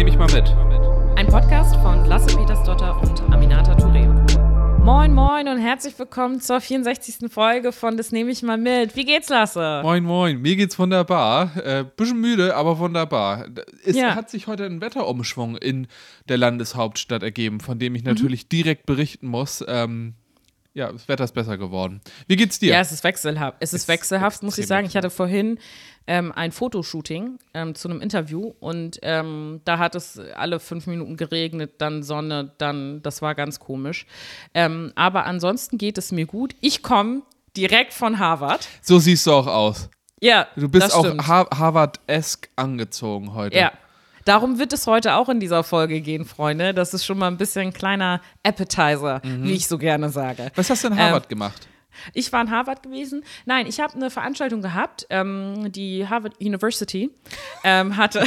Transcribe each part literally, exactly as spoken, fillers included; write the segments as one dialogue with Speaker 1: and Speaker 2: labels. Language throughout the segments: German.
Speaker 1: nehme ich mal mit.
Speaker 2: Ein Podcast von Lasse Petersdotter und Aminata Touré. Moin, moin und herzlich willkommen zur vierundsechzigsten Folge von Das nehme ich mal mit. Wie geht's, Lasse?
Speaker 1: Moin, moin. Mir geht's wunderbar. Äh, bisschen müde, aber wunderbar. Es
Speaker 2: Ja.
Speaker 1: hat sich heute ein Wetterumschwung in der Landeshauptstadt ergeben, von dem ich natürlich mhm. direkt berichten muss. Ähm, ja, das Wetter ist besser geworden. Wie geht's dir?
Speaker 2: Ja, es ist wechselhaft. Es ist, ist wechselhaft, muss ich sagen. Ich hatte vorhin ähm, ein Fotoshooting ähm, zu einem Interview und ähm, da hat es alle fünf Minuten geregnet, dann Sonne, dann, das war ganz komisch. Ähm, aber ansonsten geht es mir gut. Ich komme direkt von Harvard.
Speaker 1: So siehst du auch aus.
Speaker 2: Ja,
Speaker 1: Du bist
Speaker 2: das
Speaker 1: auch
Speaker 2: stimmt.
Speaker 1: Har- Harvard-esk angezogen heute.
Speaker 2: Ja. Darum wird es heute auch in dieser Folge gehen, Freunde. Das ist schon mal ein bisschen ein kleiner Appetizer, mhm. wie ich so gerne sage.
Speaker 1: Was hast du in Harvard
Speaker 2: ähm,
Speaker 1: gemacht?
Speaker 2: Ich war in Harvard gewesen. Nein, ich habe eine Veranstaltung gehabt. Ähm, die Harvard University ähm, hatte,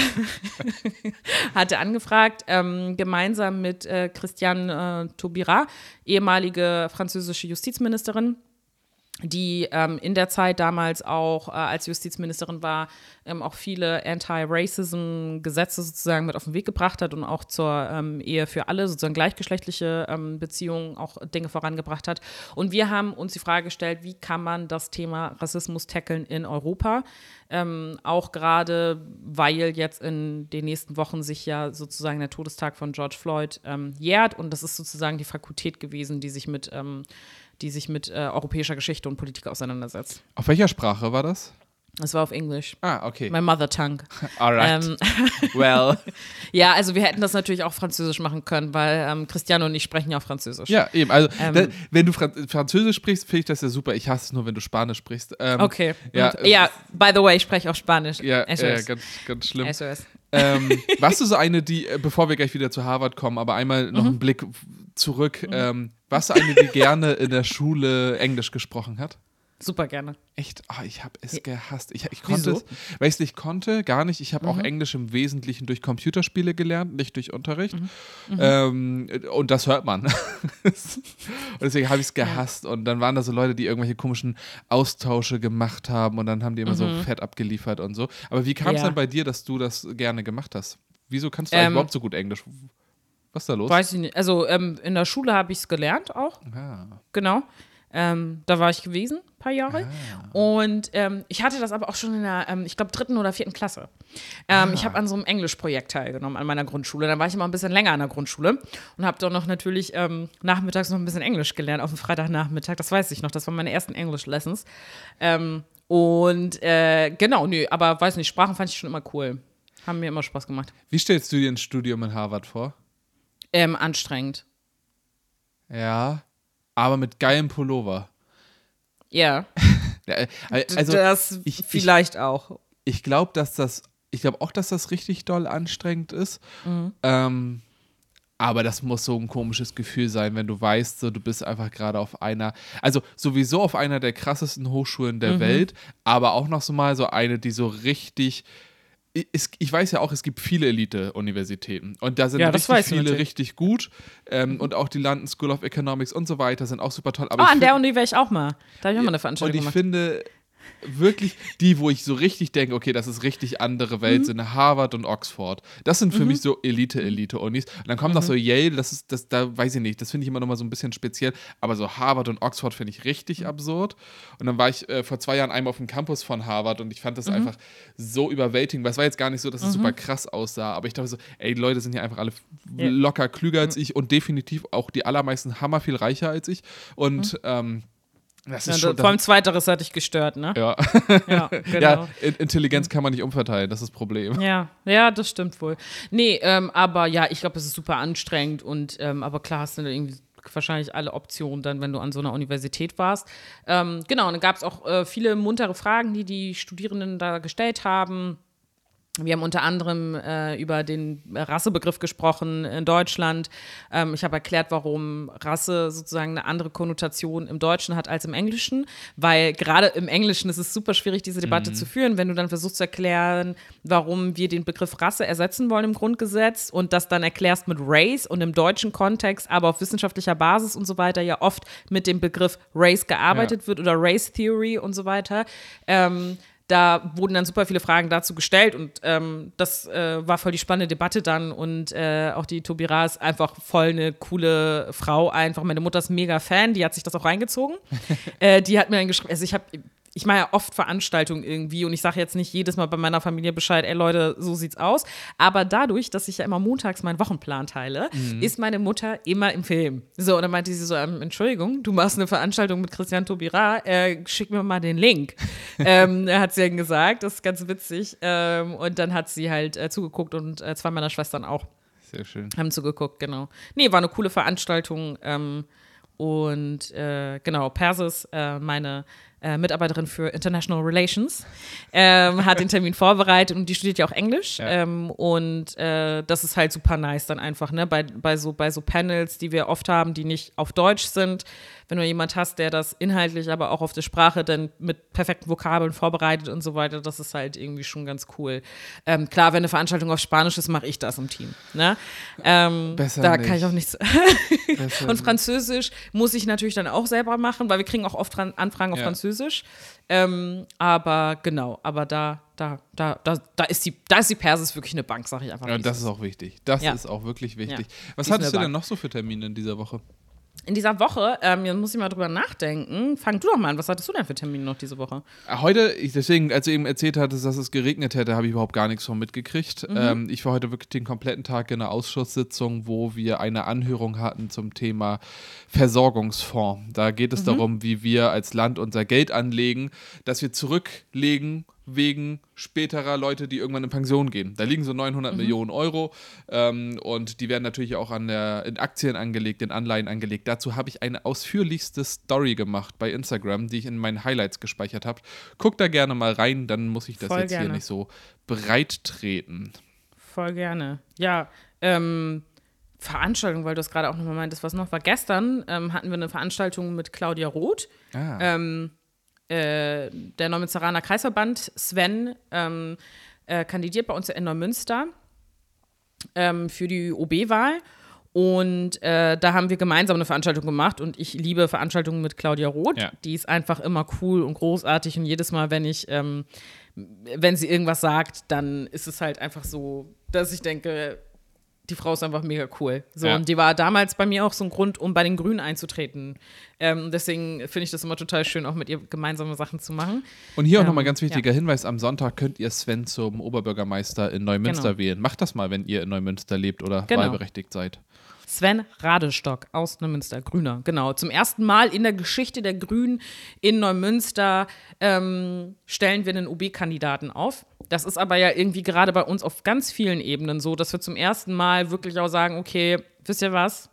Speaker 2: hatte angefragt, ähm, gemeinsam mit äh, Christiane äh, Taubira, ehemalige französische Justizministerin, die ähm, in der Zeit damals auch äh, als Justizministerin war, ähm, auch viele Anti-Racism-Gesetze sozusagen mit auf den Weg gebracht hat und auch zur ähm, Ehe für alle, sozusagen gleichgeschlechtliche ähm, Beziehungen auch Dinge vorangebracht hat. Und wir haben uns die Frage gestellt, wie kann man das Thema Rassismus tackeln in Europa? Ähm, auch gerade, weil jetzt in den nächsten Wochen sich ja sozusagen der Todestag von George Floyd ähm, jährt und das ist sozusagen die Fakultät gewesen, die sich mit ähm, die sich mit äh, europäischer Geschichte und Politik auseinandersetzt.
Speaker 1: Auf welcher Sprache war das?
Speaker 2: Es war auf Englisch.
Speaker 1: Ah, okay.
Speaker 2: My mother tongue.
Speaker 1: Alright.
Speaker 2: Ähm,
Speaker 1: well.
Speaker 2: Ja, also wir hätten das natürlich auch Französisch machen können, weil ähm, Cristiano und ich sprechen ja auch Französisch.
Speaker 1: Ja, eben. Also,
Speaker 2: Ähm,
Speaker 1: da, wenn du Fran- Französisch sprichst, finde ich das ja super. Ich hasse es nur, wenn du Spanisch sprichst. Ähm,
Speaker 2: Okay.
Speaker 1: Ja,
Speaker 2: Und, ja, by the way, ich spreche auch Spanisch.
Speaker 1: Ja,
Speaker 2: Eso
Speaker 1: ja
Speaker 2: es.
Speaker 1: ganz, ganz schlimm.
Speaker 2: Eso es.
Speaker 1: ähm, warst du so eine, die, äh, bevor wir gleich wieder zu Harvard kommen, aber einmal noch
Speaker 2: Mhm.
Speaker 1: einen Blick zurück, mhm. ähm, warst du eine, die gerne in der Schule Englisch gesprochen hat?
Speaker 2: Super gerne.
Speaker 1: Echt? Oh, ich habe es
Speaker 2: Ja.
Speaker 1: gehasst. Ich, ich konnte
Speaker 2: Wieso?
Speaker 1: es, weil ich es nicht konnte, gar nicht. Ich habe
Speaker 2: Mhm.
Speaker 1: auch Englisch im Wesentlichen durch Computerspiele gelernt, nicht durch Unterricht.
Speaker 2: Mhm. Mhm.
Speaker 1: Ähm, und das hört man. Und deswegen habe ich es gehasst. Ja. Und dann waren da so Leute, die irgendwelche komischen Austausche gemacht haben und dann haben die immer
Speaker 2: Mhm.
Speaker 1: so fett abgeliefert und so. Aber wie kam es
Speaker 2: Ja.
Speaker 1: denn bei dir, dass du das gerne gemacht hast? Wieso kannst du
Speaker 2: Ähm,
Speaker 1: eigentlich überhaupt so gut Englisch? Was ist da los?
Speaker 2: Weiß ich nicht. Also ähm, in der Schule habe ich es gelernt auch.
Speaker 1: Ah.
Speaker 2: Genau. Ähm, da war ich gewesen, ein paar Jahre.
Speaker 1: Ah.
Speaker 2: Und ähm, ich hatte das aber auch schon in der, ähm, ich glaube, dritten oder vierten Klasse. Ähm,
Speaker 1: Ah.
Speaker 2: Ich habe an so einem Englischprojekt teilgenommen an meiner Grundschule. Dann war ich immer ein bisschen länger an der Grundschule und habe dann noch natürlich ähm, nachmittags noch ein bisschen Englisch gelernt, auf dem Freitagnachmittag. Das weiß ich noch, das waren meine ersten English-Lessons. Ähm, und äh, genau, nö, aber weiß nicht, Sprachen fand ich schon immer cool. Haben mir immer Spaß gemacht.
Speaker 1: Wie stellst du dir ein Studium in Harvard vor?
Speaker 2: Ähm, anstrengend.
Speaker 1: Ja, aber mit geilem Pullover.
Speaker 2: Ja,
Speaker 1: Ja, äh, also
Speaker 2: das
Speaker 1: ich- ich-
Speaker 2: vielleicht auch.
Speaker 1: ich glaube, dass das, ich glaube auch, dass das richtig doll anstrengend ist.
Speaker 2: Mhm.
Speaker 1: Ähm, aber das muss so ein komisches Gefühl sein, wenn du weißt, so, du bist einfach gerade auf einer, also sowieso auf einer der krassesten Hochschulen der
Speaker 2: Mhm.
Speaker 1: Welt, aber auch noch so mal so eine, die so richtig, ich, ich weiß ja auch, es gibt viele Elite-Universitäten und da sind
Speaker 2: Ja, das
Speaker 1: richtig
Speaker 2: weißt du
Speaker 1: viele
Speaker 2: natürlich.
Speaker 1: richtig gut ähm, und auch die London School of Economics und so weiter sind auch super toll. Aber
Speaker 2: Oh,
Speaker 1: ich
Speaker 2: an der
Speaker 1: find-
Speaker 2: Uni wäre ich auch mal. Da habe ich auch mal eine
Speaker 1: und
Speaker 2: Veranstaltung
Speaker 1: ich
Speaker 2: gemacht.
Speaker 1: finde wirklich die, wo ich so richtig denke, okay, das ist richtig andere Welt,
Speaker 2: Mhm.
Speaker 1: sind Harvard und Oxford. Das sind für mich so Elite-Elite-Unis. Und dann kommt noch so
Speaker 2: Mhm.
Speaker 1: Yale, das ist, das, da weiß ich nicht, das finde ich immer noch mal so ein bisschen speziell. Aber so Harvard und Oxford finde ich richtig
Speaker 2: Mhm.
Speaker 1: absurd. Und dann war ich äh, vor zwei Jahren einmal auf dem Campus von Harvard und ich fand
Speaker 2: Mhm.
Speaker 1: das einfach so überwältigend, weil es war jetzt gar nicht so, dass es super krass aussah, aber ich dachte so, ey, die Leute sind hier einfach alle f-
Speaker 2: Ja.
Speaker 1: locker klüger als ich und definitiv auch die allermeisten hammer viel reicher als ich. Und ähm, das
Speaker 2: Ja,
Speaker 1: ist schon,
Speaker 2: da- vor allem Zweiteres hat dich gestört, ne?
Speaker 1: ja.
Speaker 2: Ja, genau.
Speaker 1: Ja, In- Intelligenz kann man nicht umverteilen, das ist das Problem.
Speaker 2: Ja, ja, das stimmt wohl. Nee, ähm, aber ja, ich glaube, es ist super anstrengend und ähm, aber klar hast du dann irgendwie wahrscheinlich alle Optionen dann, wenn du an so einer Universität warst. Ähm, genau, und dann gab es auch äh, viele muntere Fragen, die die Studierenden da gestellt haben. Wir haben unter anderem äh, über den Rassebegriff gesprochen in Deutschland. Ähm, ich habe erklärt, warum Rasse sozusagen eine andere Konnotation im Deutschen hat als im Englischen, weil gerade im Englischen ist es super schwierig, diese Debatte
Speaker 1: Mhm.
Speaker 2: zu führen, wenn du dann versuchst zu erklären, warum wir den Begriff Rasse ersetzen wollen im Grundgesetz und das dann erklärst mit Race und im deutschen Kontext, aber auf wissenschaftlicher Basis und so weiter ja oft mit dem Begriff Race gearbeitet
Speaker 1: Ja.
Speaker 2: wird oder Race Theory und so weiter. Ähm, da wurden dann super viele Fragen dazu gestellt und ähm, das äh, war voll die spannende Debatte dann und äh, auch die Tobira ist einfach voll eine coole Frau einfach. Meine Mutter ist mega Fan, die hat sich das auch reingezogen. äh, die hat mir dann geschrieben, also ich habe Ich mache ja oft Veranstaltungen irgendwie und ich sage jetzt nicht jedes Mal bei meiner Familie Bescheid, ey Leute, so sieht's aus. Aber dadurch, dass ich ja immer montags meinen Wochenplan teile, mhm. ist meine Mutter immer im Film. So, und dann meinte sie so, ähm, Entschuldigung, du machst eine Veranstaltung mit Christian Tobira, äh, schick mir mal den Link. ähm, hat sie dann gesagt, das ist ganz witzig. Ähm, und dann hat sie halt äh, zugeguckt und äh, zwei meiner Schwestern auch.
Speaker 1: Sehr schön.
Speaker 2: Haben zugeguckt, genau. Nee, war eine coole Veranstaltung. Ähm, und äh, genau, Persis, äh, meine Äh, Mitarbeiterin für International Relations, ähm, hat den Termin vorbereitet und die studiert ja auch Englisch. Ja. Ähm, und äh, das ist halt super nice dann einfach, ne? Bei, bei, so, bei so Panels, die wir oft haben, die nicht auf Deutsch sind, wenn du jemand hast, der das inhaltlich, aber auch auf der Sprache dann mit perfekten Vokabeln vorbereitet und so weiter, das ist halt irgendwie schon ganz cool. Ähm, klar, wenn eine Veranstaltung auf Spanisch ist, mache ich das im Team. Ne? Ähm,
Speaker 1: Besser
Speaker 2: da
Speaker 1: nicht.
Speaker 2: kann ich auch nichts. Und Französisch muss ich natürlich dann auch selber machen, weil wir kriegen auch oft Anfragen auf ja. Französisch. Ähm, aber genau, aber da, da, da, da, da ist die, da ist die Persis wirklich eine Bank, sag ich einfach.
Speaker 1: Ja, das ist auch wichtig. Das ja. ist auch wirklich wichtig. Ja. Was hattest du denn noch so für Termine in dieser Woche?
Speaker 2: In dieser Woche, ähm, jetzt muss ich mal drüber nachdenken. Fang du doch mal an, was hattest du denn für Termine noch diese Woche?
Speaker 1: Heute, ich, deswegen, als du eben erzählt hattest, dass es geregnet hätte, habe ich überhaupt gar nichts von mitgekriegt. Mhm. Ähm, ich war heute wirklich den kompletten Tag in einer Ausschusssitzung, wo wir eine Anhörung hatten zum Thema Versorgungsfonds. Da geht es mhm. darum, wie wir als Land unser Geld anlegen, dass wir zurücklegen wegen späterer Leute, die irgendwann in Pension gehen. Da liegen so neunhundert mhm. Millionen Euro ähm, und die werden natürlich auch an der, in Aktien angelegt, in Anleihen angelegt. Dazu habe ich eine ausführlichste Story gemacht bei Instagram, die ich in meinen Highlights gespeichert habe. Guck da gerne mal rein, dann muss ich das Voll jetzt gerne. Hier nicht so breit treten.
Speaker 2: Voll gerne. Ja, ähm, Veranstaltung, weil du es gerade auch nochmal meintest, was noch war. Gestern ähm, hatten wir eine Veranstaltung mit Claudia Roth.
Speaker 1: Ah.
Speaker 2: Ähm, Äh, der Neumünsteraner Kreisverband, Sven, ähm, äh, kandidiert bei uns in Neumünster ähm, für die O B-Wahl. Und äh, da haben wir gemeinsam eine Veranstaltung gemacht. Und ich liebe Veranstaltungen mit Claudia Roth. Ja. Die ist einfach immer cool und großartig. Und jedes Mal, wenn ich, ähm, wenn sie irgendwas sagt, dann ist es halt einfach so, dass ich denke, die Frau ist einfach mega cool. So, ja. Und die war damals bei mir auch so ein Grund, um bei den Grünen einzutreten. Ähm, deswegen finde ich das immer total schön, auch mit ihr gemeinsame Sachen zu machen.
Speaker 1: Und hier auch
Speaker 2: ähm,
Speaker 1: nochmal ganz wichtiger
Speaker 2: ja.
Speaker 1: Hinweis: Am Sonntag könnt ihr Sven zum Oberbürgermeister in Neumünster genau. wählen. Macht das mal, wenn ihr in Neumünster lebt oder genau. wahlberechtigt seid.
Speaker 2: Sven Radestock aus Neumünster, Grüner, genau. Zum ersten Mal in der Geschichte der Grünen in Neumünster ähm, stellen wir einen O B-Kandidaten auf. Das ist aber ja irgendwie gerade bei uns auf ganz vielen Ebenen so, dass wir zum ersten Mal wirklich auch sagen, okay, wisst ihr was?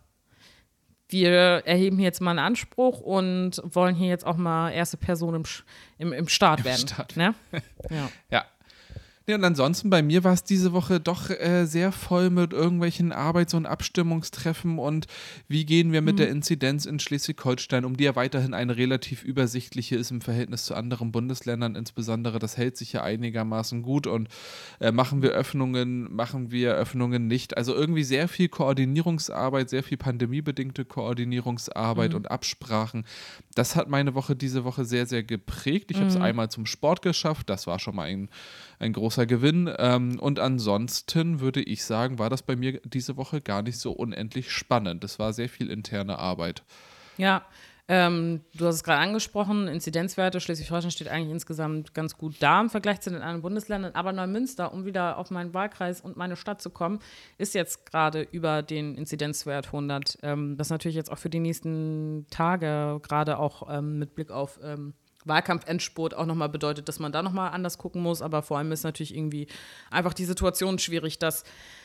Speaker 2: Wir erheben hier jetzt mal einen Anspruch und wollen hier jetzt auch mal erste Person im, im, im Staat Im werden.
Speaker 1: Staat.
Speaker 2: Ne? Ja.
Speaker 1: ja. Ja, und ansonsten bei mir war es diese Woche doch äh, sehr voll mit irgendwelchen Arbeits- und Abstimmungstreffen und wie gehen wir mit mhm. der Inzidenz in Schleswig-Holstein um, die ja weiterhin eine relativ übersichtliche ist im Verhältnis zu anderen Bundesländern insbesondere. Das hält sich ja einigermaßen gut und äh, machen wir Öffnungen, machen wir Öffnungen nicht. Also irgendwie sehr viel Koordinierungsarbeit, sehr viel pandemiebedingte Koordinierungsarbeit mhm. und Absprachen. Das hat meine Woche diese Woche sehr, sehr geprägt. Ich mhm. habe es einmal zum Sport geschafft, das war schon mal ein, ein großer Gewinn. Ähm, und ansonsten würde ich sagen, war das bei mir diese Woche gar nicht so unendlich spannend. Es war sehr viel interne Arbeit.
Speaker 2: Ja, ähm, du hast es gerade angesprochen, Inzidenzwerte, Schleswig-Holstein steht eigentlich insgesamt ganz gut da im Vergleich zu den anderen Bundesländern, aber Neumünster, um wieder auf meinen Wahlkreis und meine Stadt zu kommen, ist jetzt gerade über den Inzidenzwert hundert. Ähm, das natürlich jetzt auch für die nächsten Tage, gerade auch ähm, mit Blick auf ähm, Wahlkampf-Endspurt auch nochmal bedeutet, dass man da nochmal anders gucken muss, aber vor allem ist natürlich irgendwie einfach die Situation schwierig, dass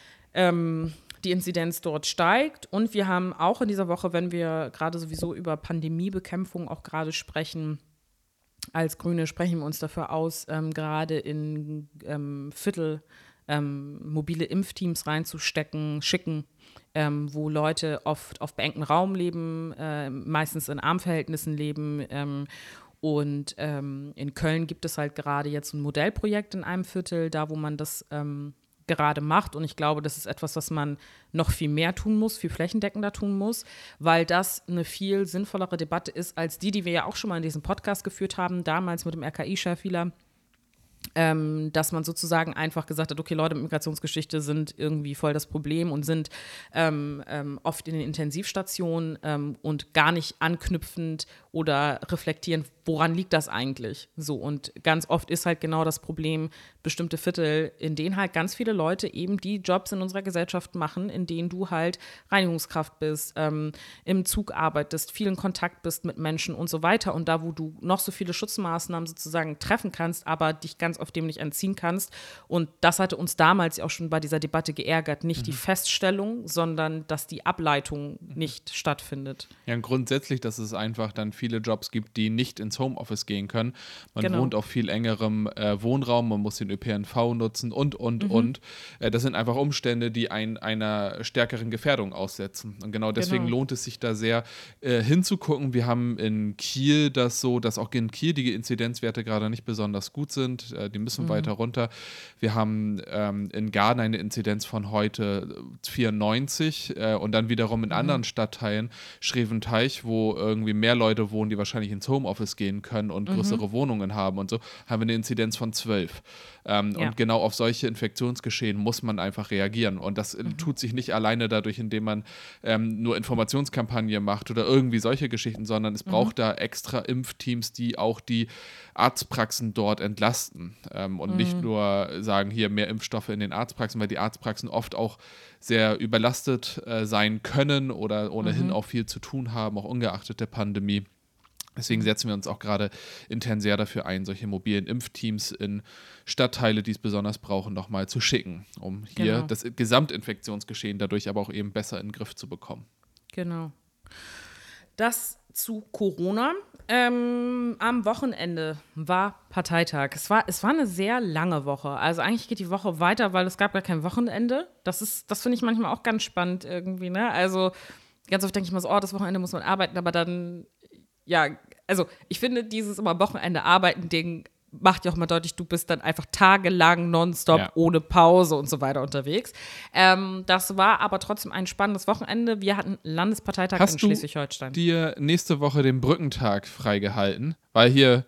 Speaker 2: ähm, die Inzidenz dort steigt und wir haben auch in dieser Woche, wenn wir gerade sowieso über Pandemiebekämpfung auch gerade sprechen, als Grüne sprechen wir uns dafür aus, ähm, gerade in ähm, Viertel ähm, mobile Impfteams reinzustecken, schicken, ähm, wo Leute oft auf beengtem Raum leben, äh, meistens in Armverhältnissen leben. Ähm, und ähm, in Köln gibt es halt gerade jetzt ein Modellprojekt in einem Viertel, da wo man das ähm, gerade macht. Und ich glaube, das ist etwas, was man noch viel mehr tun muss, viel flächendeckender tun muss, weil das eine viel sinnvollere Debatte ist als die, die wir ja auch schon mal in diesem Podcast geführt haben, damals mit dem R K I-Chef Wieler, Ähm, dass man sozusagen einfach gesagt hat, okay, Leute mit Migrationsgeschichte sind irgendwie voll das Problem und sind ähm, ähm, oft in den Intensivstationen ähm, und gar nicht anknüpfend oder reflektierend, woran liegt das eigentlich? So, und ganz oft ist halt genau das Problem, bestimmte Viertel, in denen halt ganz viele Leute eben die Jobs in unserer Gesellschaft machen, in denen du halt Reinigungskraft bist, ähm, im Zug arbeitest, viel in Kontakt bist mit Menschen und so weiter. Und da, wo du noch so viele Schutzmaßnahmen sozusagen treffen kannst, aber dich ganz auf dem nicht entziehen kannst. Und das hatte uns damals auch schon bei dieser Debatte geärgert. Nicht mhm. die Feststellung, sondern dass die Ableitung nicht stattfindet.
Speaker 1: Ja, und grundsätzlich, dass es einfach dann viele Jobs gibt, die nicht ins Homeoffice gehen können. Man genau. wohnt auf viel engerem äh, Wohnraum, man muss den Ö P N V nutzen und, und, mhm. und. Äh, das sind einfach Umstände, die einen einer stärkeren Gefährdung aussetzen. Und genau deswegen genau. lohnt es sich da sehr äh, hinzugucken. Wir haben in Kiel das so, dass auch in Kiel die Inzidenzwerte gerade nicht besonders gut sind. Äh, die müssen mhm. weiter runter. Wir haben ähm, in Garden eine Inzidenz von heute vierundneunzig äh, und dann wiederum in mhm. anderen Stadtteilen, Schreventeich, wo irgendwie mehr Leute wohnen, die wahrscheinlich ins Homeoffice gehen können und mhm. größere Wohnungen haben und so, haben wir eine Inzidenz von zwölf. Ähm, ja. Und genau auf solche Infektionsgeschehen muss man einfach reagieren. Und das mhm. tut sich nicht alleine dadurch, indem man ähm, nur Informationskampagne macht oder irgendwie solche Geschichten, sondern es mhm. braucht da extra Impfteams, die auch die Arztpraxen dort entlasten ähm, und mhm. nicht nur sagen, hier mehr Impfstoffe in den Arztpraxen, weil die Arztpraxen oft auch sehr überlastet äh, sein können oder ohnehin mhm. auch viel zu tun haben, auch ungeachtet der Pandemie. Deswegen setzen wir uns auch gerade intern sehr dafür ein, solche mobilen Impfteams in Stadtteile, die es besonders brauchen, nochmal zu schicken, um hier genau. das Gesamtinfektionsgeschehen dadurch aber auch eben besser in den Griff zu bekommen.
Speaker 2: Genau. Das zu Corona. Ähm, am Wochenende war Parteitag. Es war, es war eine sehr lange Woche. Also eigentlich geht die Woche weiter, weil es gab gar kein Wochenende. Das ist, das finde ich manchmal auch ganz spannend irgendwie, ne? Also ganz oft denke ich mal so, oh, das Wochenende muss man arbeiten, aber dann, ja, also ich finde dieses immer Wochenende arbeiten Ding macht ja auch mal deutlich, du bist dann einfach tagelang nonstop ja. ohne Pause und so weiter unterwegs. Ähm, das war aber trotzdem ein spannendes Wochenende. Wir hatten Landesparteitag
Speaker 1: Hast
Speaker 2: in Schleswig-Holstein.
Speaker 1: Hast du dir nächste Woche den Brückentag freigehalten? Weil hier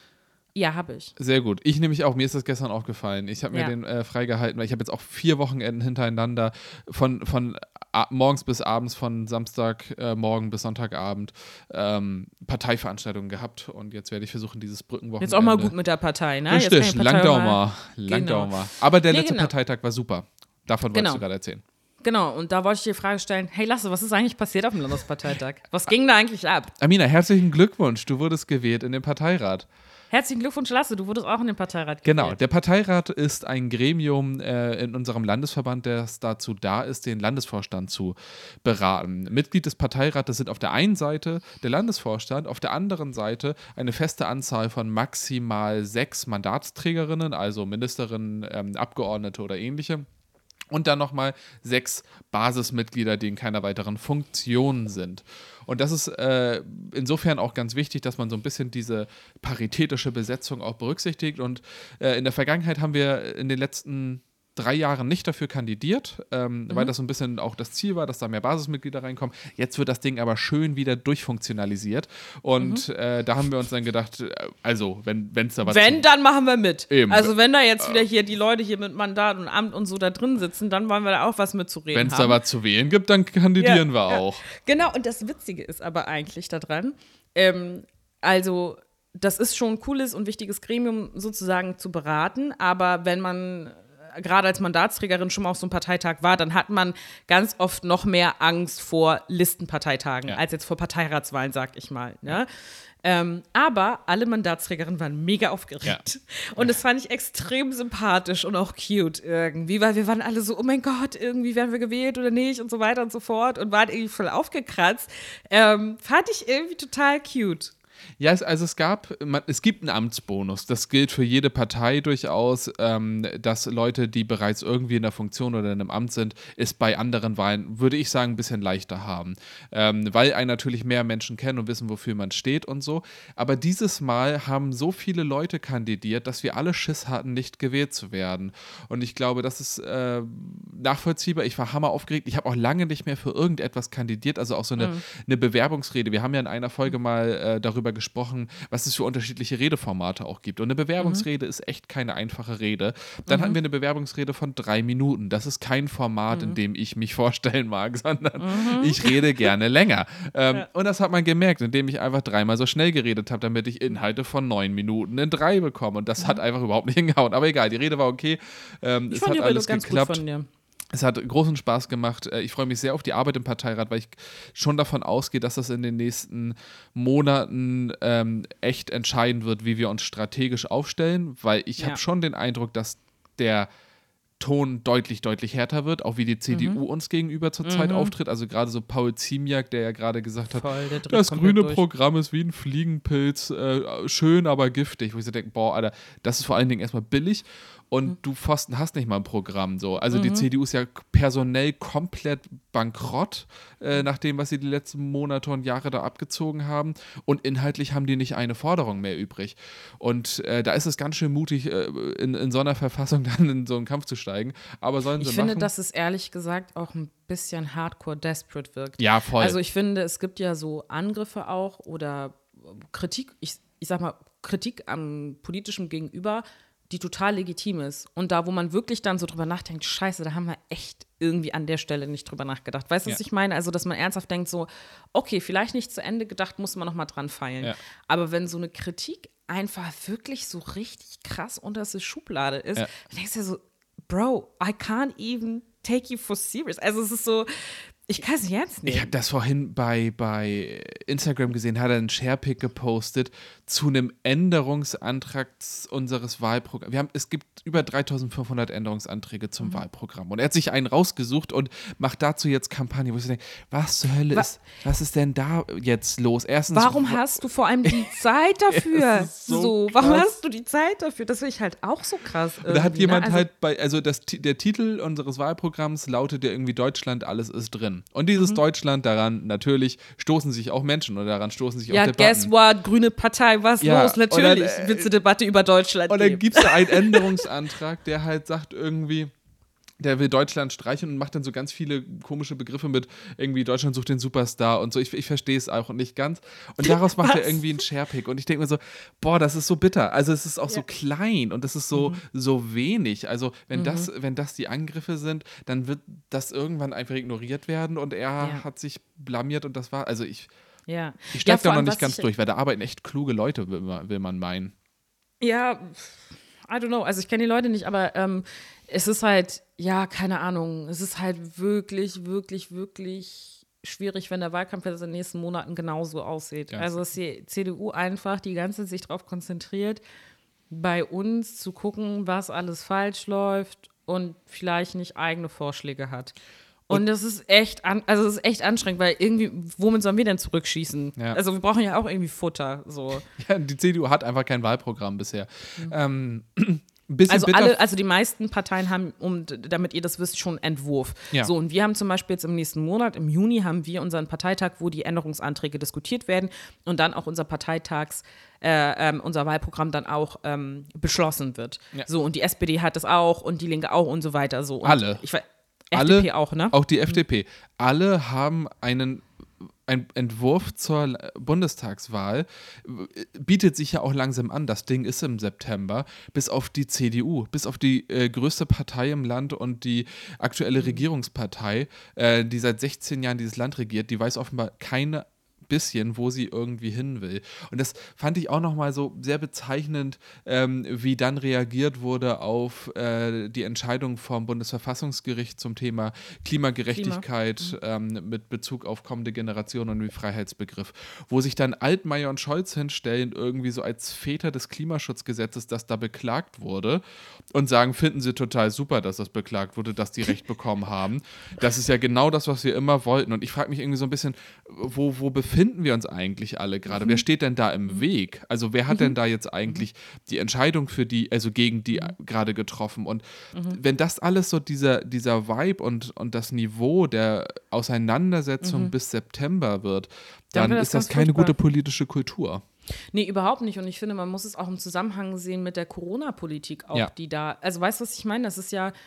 Speaker 2: Ja, habe ich.
Speaker 1: Sehr gut. Ich nämlich auch. Mir ist das gestern aufgefallen. Ich habe mir ja. den äh, freigehalten, weil ich habe jetzt auch vier Wochenenden hintereinander von, von a- morgens bis abends, von Samstagmorgen äh, bis Sonntagabend ähm, Parteiveranstaltungen gehabt. Und jetzt werde ich versuchen, dieses Brückenwochenende.
Speaker 2: Jetzt auch mal gut mit der Partei, ne?
Speaker 1: Richtig, Langdaumer. Langdaumer.
Speaker 2: Genau.
Speaker 1: Aber der
Speaker 2: nee,
Speaker 1: letzte
Speaker 2: genau.
Speaker 1: Parteitag war super. Davon
Speaker 2: genau.
Speaker 1: wolltest du gerade erzählen.
Speaker 2: Genau, und da wollte ich dir die Frage stellen, hey Lasse, was ist eigentlich passiert auf dem Landesparteitag? Was ging da eigentlich ab?
Speaker 1: Amina, herzlichen Glückwunsch. Du wurdest gewählt in den Parteirat.
Speaker 2: Herzlichen Glückwunsch, Lasse, du wurdest auch in den Parteirat gewählt.
Speaker 1: Genau, der Parteirat ist ein Gremium äh, in unserem Landesverband, das dazu da ist, den Landesvorstand zu beraten. Mitglied des Parteirates sind auf der einen Seite der Landesvorstand, auf der anderen Seite eine feste Anzahl von maximal sechs Mandatsträgerinnen, also Ministerinnen, ähm, Abgeordnete oder ähnliche. Und dann nochmal sechs Basismitglieder, die in keiner weiteren Funktion sind. Und das ist äh, insofern auch ganz wichtig, dass man so ein bisschen diese paritätische Besetzung auch berücksichtigt. Und äh, in der Vergangenheit haben wir in den letzten drei Jahren nicht dafür kandidiert, ähm, mhm. weil das so ein bisschen auch das Ziel war, dass da mehr Basismitglieder reinkommen. Jetzt wird das Ding aber schön wieder durchfunktionalisiert. Und mhm. äh, da haben wir uns dann gedacht, also, wenn es da was...
Speaker 2: Wenn, dann machen wir mit.
Speaker 1: Eben.
Speaker 2: Also, wenn da jetzt wieder hier die Leute hier mit Mandat und Amt und so da drin sitzen, dann wollen wir da auch was mitzureden haben.
Speaker 1: Wenn es da was zu wählen gibt, dann kandidieren ja, wir
Speaker 2: ja.
Speaker 1: auch.
Speaker 2: Genau, und das Witzige ist aber eigentlich daran, ähm, also, das ist schon ein cooles und wichtiges Gremium sozusagen zu beraten, aber wenn man gerade als Mandatsträgerin schon mal auf so einem Parteitag war, dann hat man ganz oft noch mehr Angst vor Listenparteitagen, ja. als jetzt vor Parteiratswahlen, sag ich mal. Ne? Ähm, aber alle Mandatsträgerinnen waren mega aufgeregt. Ja. Und das fand ich extrem sympathisch und auch cute irgendwie, weil wir waren alle so, oh mein Gott, irgendwie werden wir gewählt oder nicht und so weiter und so fort und waren irgendwie voll aufgekratzt. Ähm, fand ich irgendwie total cute.
Speaker 1: Ja, es, also es gab, man, es gibt einen Amtsbonus. Das gilt für jede Partei durchaus, ähm, dass Leute, die bereits irgendwie in der Funktion oder in einem Amt sind, es bei anderen Wahlen, würde ich sagen, ein bisschen leichter haben. Ähm, weil einen natürlich mehr Menschen kennen und wissen, wofür man steht und so. Aber dieses Mal haben so viele Leute kandidiert, dass wir alle Schiss hatten, nicht gewählt zu werden. Und ich glaube, das ist äh, nachvollziehbar. Ich war hammer aufgeregt. Ich habe auch lange nicht mehr für irgendetwas kandidiert, also auch so eine, mhm. eine Bewerbungsrede. Wir haben ja in einer Folge mal äh, darüber darüber gesprochen, was es für unterschiedliche Redeformate auch gibt. Und eine Bewerbungsrede mhm. ist echt keine einfache Rede. Dann mhm. hatten wir eine Bewerbungsrede von drei Minuten. Das ist kein Format, mhm. in dem ich mich vorstellen mag, sondern mhm. ich rede gerne länger. Ähm, ja. Und das hat man gemerkt, indem ich einfach dreimal so schnell geredet habe, damit ich Inhalte von neun Minuten in drei bekomme. Und das mhm. hat einfach überhaupt nicht hingehauen. Aber egal, die Rede war okay. Ähm,
Speaker 2: ich
Speaker 1: es
Speaker 2: fand
Speaker 1: hat
Speaker 2: die
Speaker 1: alles
Speaker 2: Rede ganz
Speaker 1: geklappt.
Speaker 2: gut von dir.
Speaker 1: Es hat großen Spaß gemacht. Ich freue mich sehr auf die Arbeit im Parteirat, weil ich schon davon ausgehe, dass das in den nächsten Monaten ähm, echt entscheiden wird, wie wir uns strategisch aufstellen, weil ich ja. habe schon den Eindruck, dass der Ton deutlich, deutlich härter wird, auch wie die C D U mhm. uns gegenüber zurzeit mhm. auftritt. Also gerade so Paul Ziemiak, der ja gerade gesagt hat, Voll, das grüne durch. Programm ist wie ein Fliegenpilz, äh, schön, aber giftig. Wo ich so denke, boah, Alter, das ist vor allen Dingen erstmal billig. Und mhm. du Pfosten hast nicht mal ein Programm. So. Also mhm. die C D U ist ja personell komplett bankrott, äh, nach dem, was sie die letzten Monate und Jahre da abgezogen haben. Und inhaltlich haben die nicht eine Forderung mehr übrig. Und äh, da ist es ganz schön mutig, äh, in, in so einer Verfassung dann in so einen Kampf zu steigen. Aber sollen sie
Speaker 2: Ich finde,
Speaker 1: machen.
Speaker 2: dass es ehrlich gesagt auch ein bisschen hardcore desperate wirkt.
Speaker 1: Ja, voll.
Speaker 2: Also ich finde, es gibt ja so Angriffe auch oder Kritik, ich, ich sag mal, Kritik am politischen Gegenüber, die total legitim ist. Und da, wo man wirklich dann so drüber nachdenkt, scheiße, da haben wir echt irgendwie an der Stelle nicht drüber nachgedacht. Weißt du, was ja. ich meine? Also, dass man ernsthaft denkt so, okay, vielleicht nicht zu Ende gedacht, muss man noch mal dran feilen. Ja. Aber wenn so eine Kritik einfach wirklich so richtig krass unterste Schublade ist, ja. dann denkst du ja so, Bro, I can't even take you for serious. Also es ist so, ich kann es nicht ernst nehmen.
Speaker 1: Ich habe das vorhin bei, bei Instagram gesehen, hat er einen Sharepick gepostet zu einem Änderungsantrag unseres Wahlprogramms. Wir haben, es gibt über dreitausendfünfhundert Änderungsanträge zum mhm. Wahlprogramm. Und er hat sich einen rausgesucht und macht dazu jetzt Kampagne, wo ich so denke, was zur Hölle was? ist, was ist denn da jetzt los? Erstens,
Speaker 2: warum hast du vor allem die Zeit dafür? so, so warum hast du die Zeit dafür? Das finde ich halt auch so krass.
Speaker 1: Da hat jemand ne? also, halt bei, also das, der Titel unseres Wahlprogramms lautet ja irgendwie Deutschland, alles ist drin. Und dieses mhm. Deutschland, daran natürlich stoßen sich auch Menschen oder daran stoßen sich
Speaker 2: ja,
Speaker 1: auch Debatten.
Speaker 2: Ja, guess what? Grüne Partei, was ja, los? Natürlich
Speaker 1: dann, äh,
Speaker 2: wird es eine Debatte über Deutschland
Speaker 1: und
Speaker 2: geben.
Speaker 1: Und dann gibt es da einen Änderungsantrag, der halt sagt irgendwie, der will Deutschland streichen und macht dann so ganz viele komische Begriffe mit irgendwie Deutschland sucht den Superstar und so. Ich, ich verstehe es auch nicht ganz. Und daraus macht er irgendwie einen Sharepick. Und ich denke mir so, boah, das ist so bitter. Also es ist auch ja. so klein und das ist so, mhm. so wenig. Also wenn, mhm. das, wenn das die Angriffe sind, dann wird das irgendwann einfach ignoriert werden und er ja. hat sich blamiert und das war, also ich,
Speaker 2: ja.
Speaker 1: ich steige
Speaker 2: ja,
Speaker 1: da noch nicht ganz durch, weil da arbeiten echt kluge Leute, will man, will man meinen.
Speaker 2: Ja, I don't know. Also ich kenne die Leute nicht, aber ähm, es ist halt, ja, keine Ahnung, es ist halt wirklich, wirklich, wirklich schwierig, wenn der Wahlkampf jetzt in den nächsten Monaten genauso aussieht. Ganz also dass die C D U einfach die ganze Zeit sich darauf konzentriert, bei uns zu gucken, was alles falsch läuft und vielleicht nicht eigene Vorschläge hat. Und, und das ist echt, an, also das ist echt anstrengend, weil irgendwie, womit sollen wir denn zurückschießen? Ja. Also wir brauchen ja auch irgendwie Futter. So.
Speaker 1: Ja, die C D U hat einfach kein Wahlprogramm bisher. Mhm. Ähm,
Speaker 2: Bisschen also alle, also die meisten Parteien haben, um, damit ihr das wisst, schon einen Entwurf. Ja. So, und wir haben zum Beispiel jetzt im nächsten Monat, im Juni, haben wir unseren Parteitag, wo die Änderungsanträge diskutiert werden und dann auch unser Parteitags, äh, ähm, unser Wahlprogramm dann auch ähm, beschlossen wird. Ja. So, und die S P D hat das auch und die Linke auch und so weiter. So. Und
Speaker 1: alle.
Speaker 2: Ich, F
Speaker 1: alle,
Speaker 2: D P auch, ne?
Speaker 1: Auch die F D P. Mhm. Alle haben einen Ein Entwurf zur Bundestagswahl, bietet sich ja auch langsam an. Das Ding ist im September, bis auf die C D U, bis auf die äh, größte Partei im Land und die aktuelle Regierungspartei, äh, die seit sechzehn Jahren dieses Land regiert, die weiß offenbar keine bisschen, wo sie irgendwie hin will. Und das fand ich auch nochmal so sehr bezeichnend, ähm, wie dann reagiert wurde auf äh, die Entscheidung vom Bundesverfassungsgericht zum Thema Klimagerechtigkeit Klima. ähm, mit Bezug auf kommende Generationen und den Freiheitsbegriff, wo sich dann Altmaier und Scholz hinstellen, irgendwie so als Väter des Klimaschutzgesetzes, das da beklagt wurde und sagen, finden sie total super, dass das beklagt wurde, dass die Recht bekommen haben. Das ist ja genau das, was wir immer wollten. Und ich frage mich irgendwie so ein bisschen, wo, wo befinden finden wir uns eigentlich alle gerade? Mhm. Wer steht denn da im Weg? Also wer hat mhm. denn da jetzt eigentlich die Entscheidung für die, also gegen die mhm. gerade getroffen? Und mhm. wenn das alles so dieser, dieser Vibe und, und das Niveau der Auseinandersetzung mhm. bis September wird, dann, dann ist das, das keine furchtbar. Gute politische Kultur.
Speaker 2: Nee, überhaupt nicht. Und ich finde, man muss es auch im Zusammenhang sehen mit der Corona-Politik auch, ja. die da, also weißt du, was ich meine? Das ist ja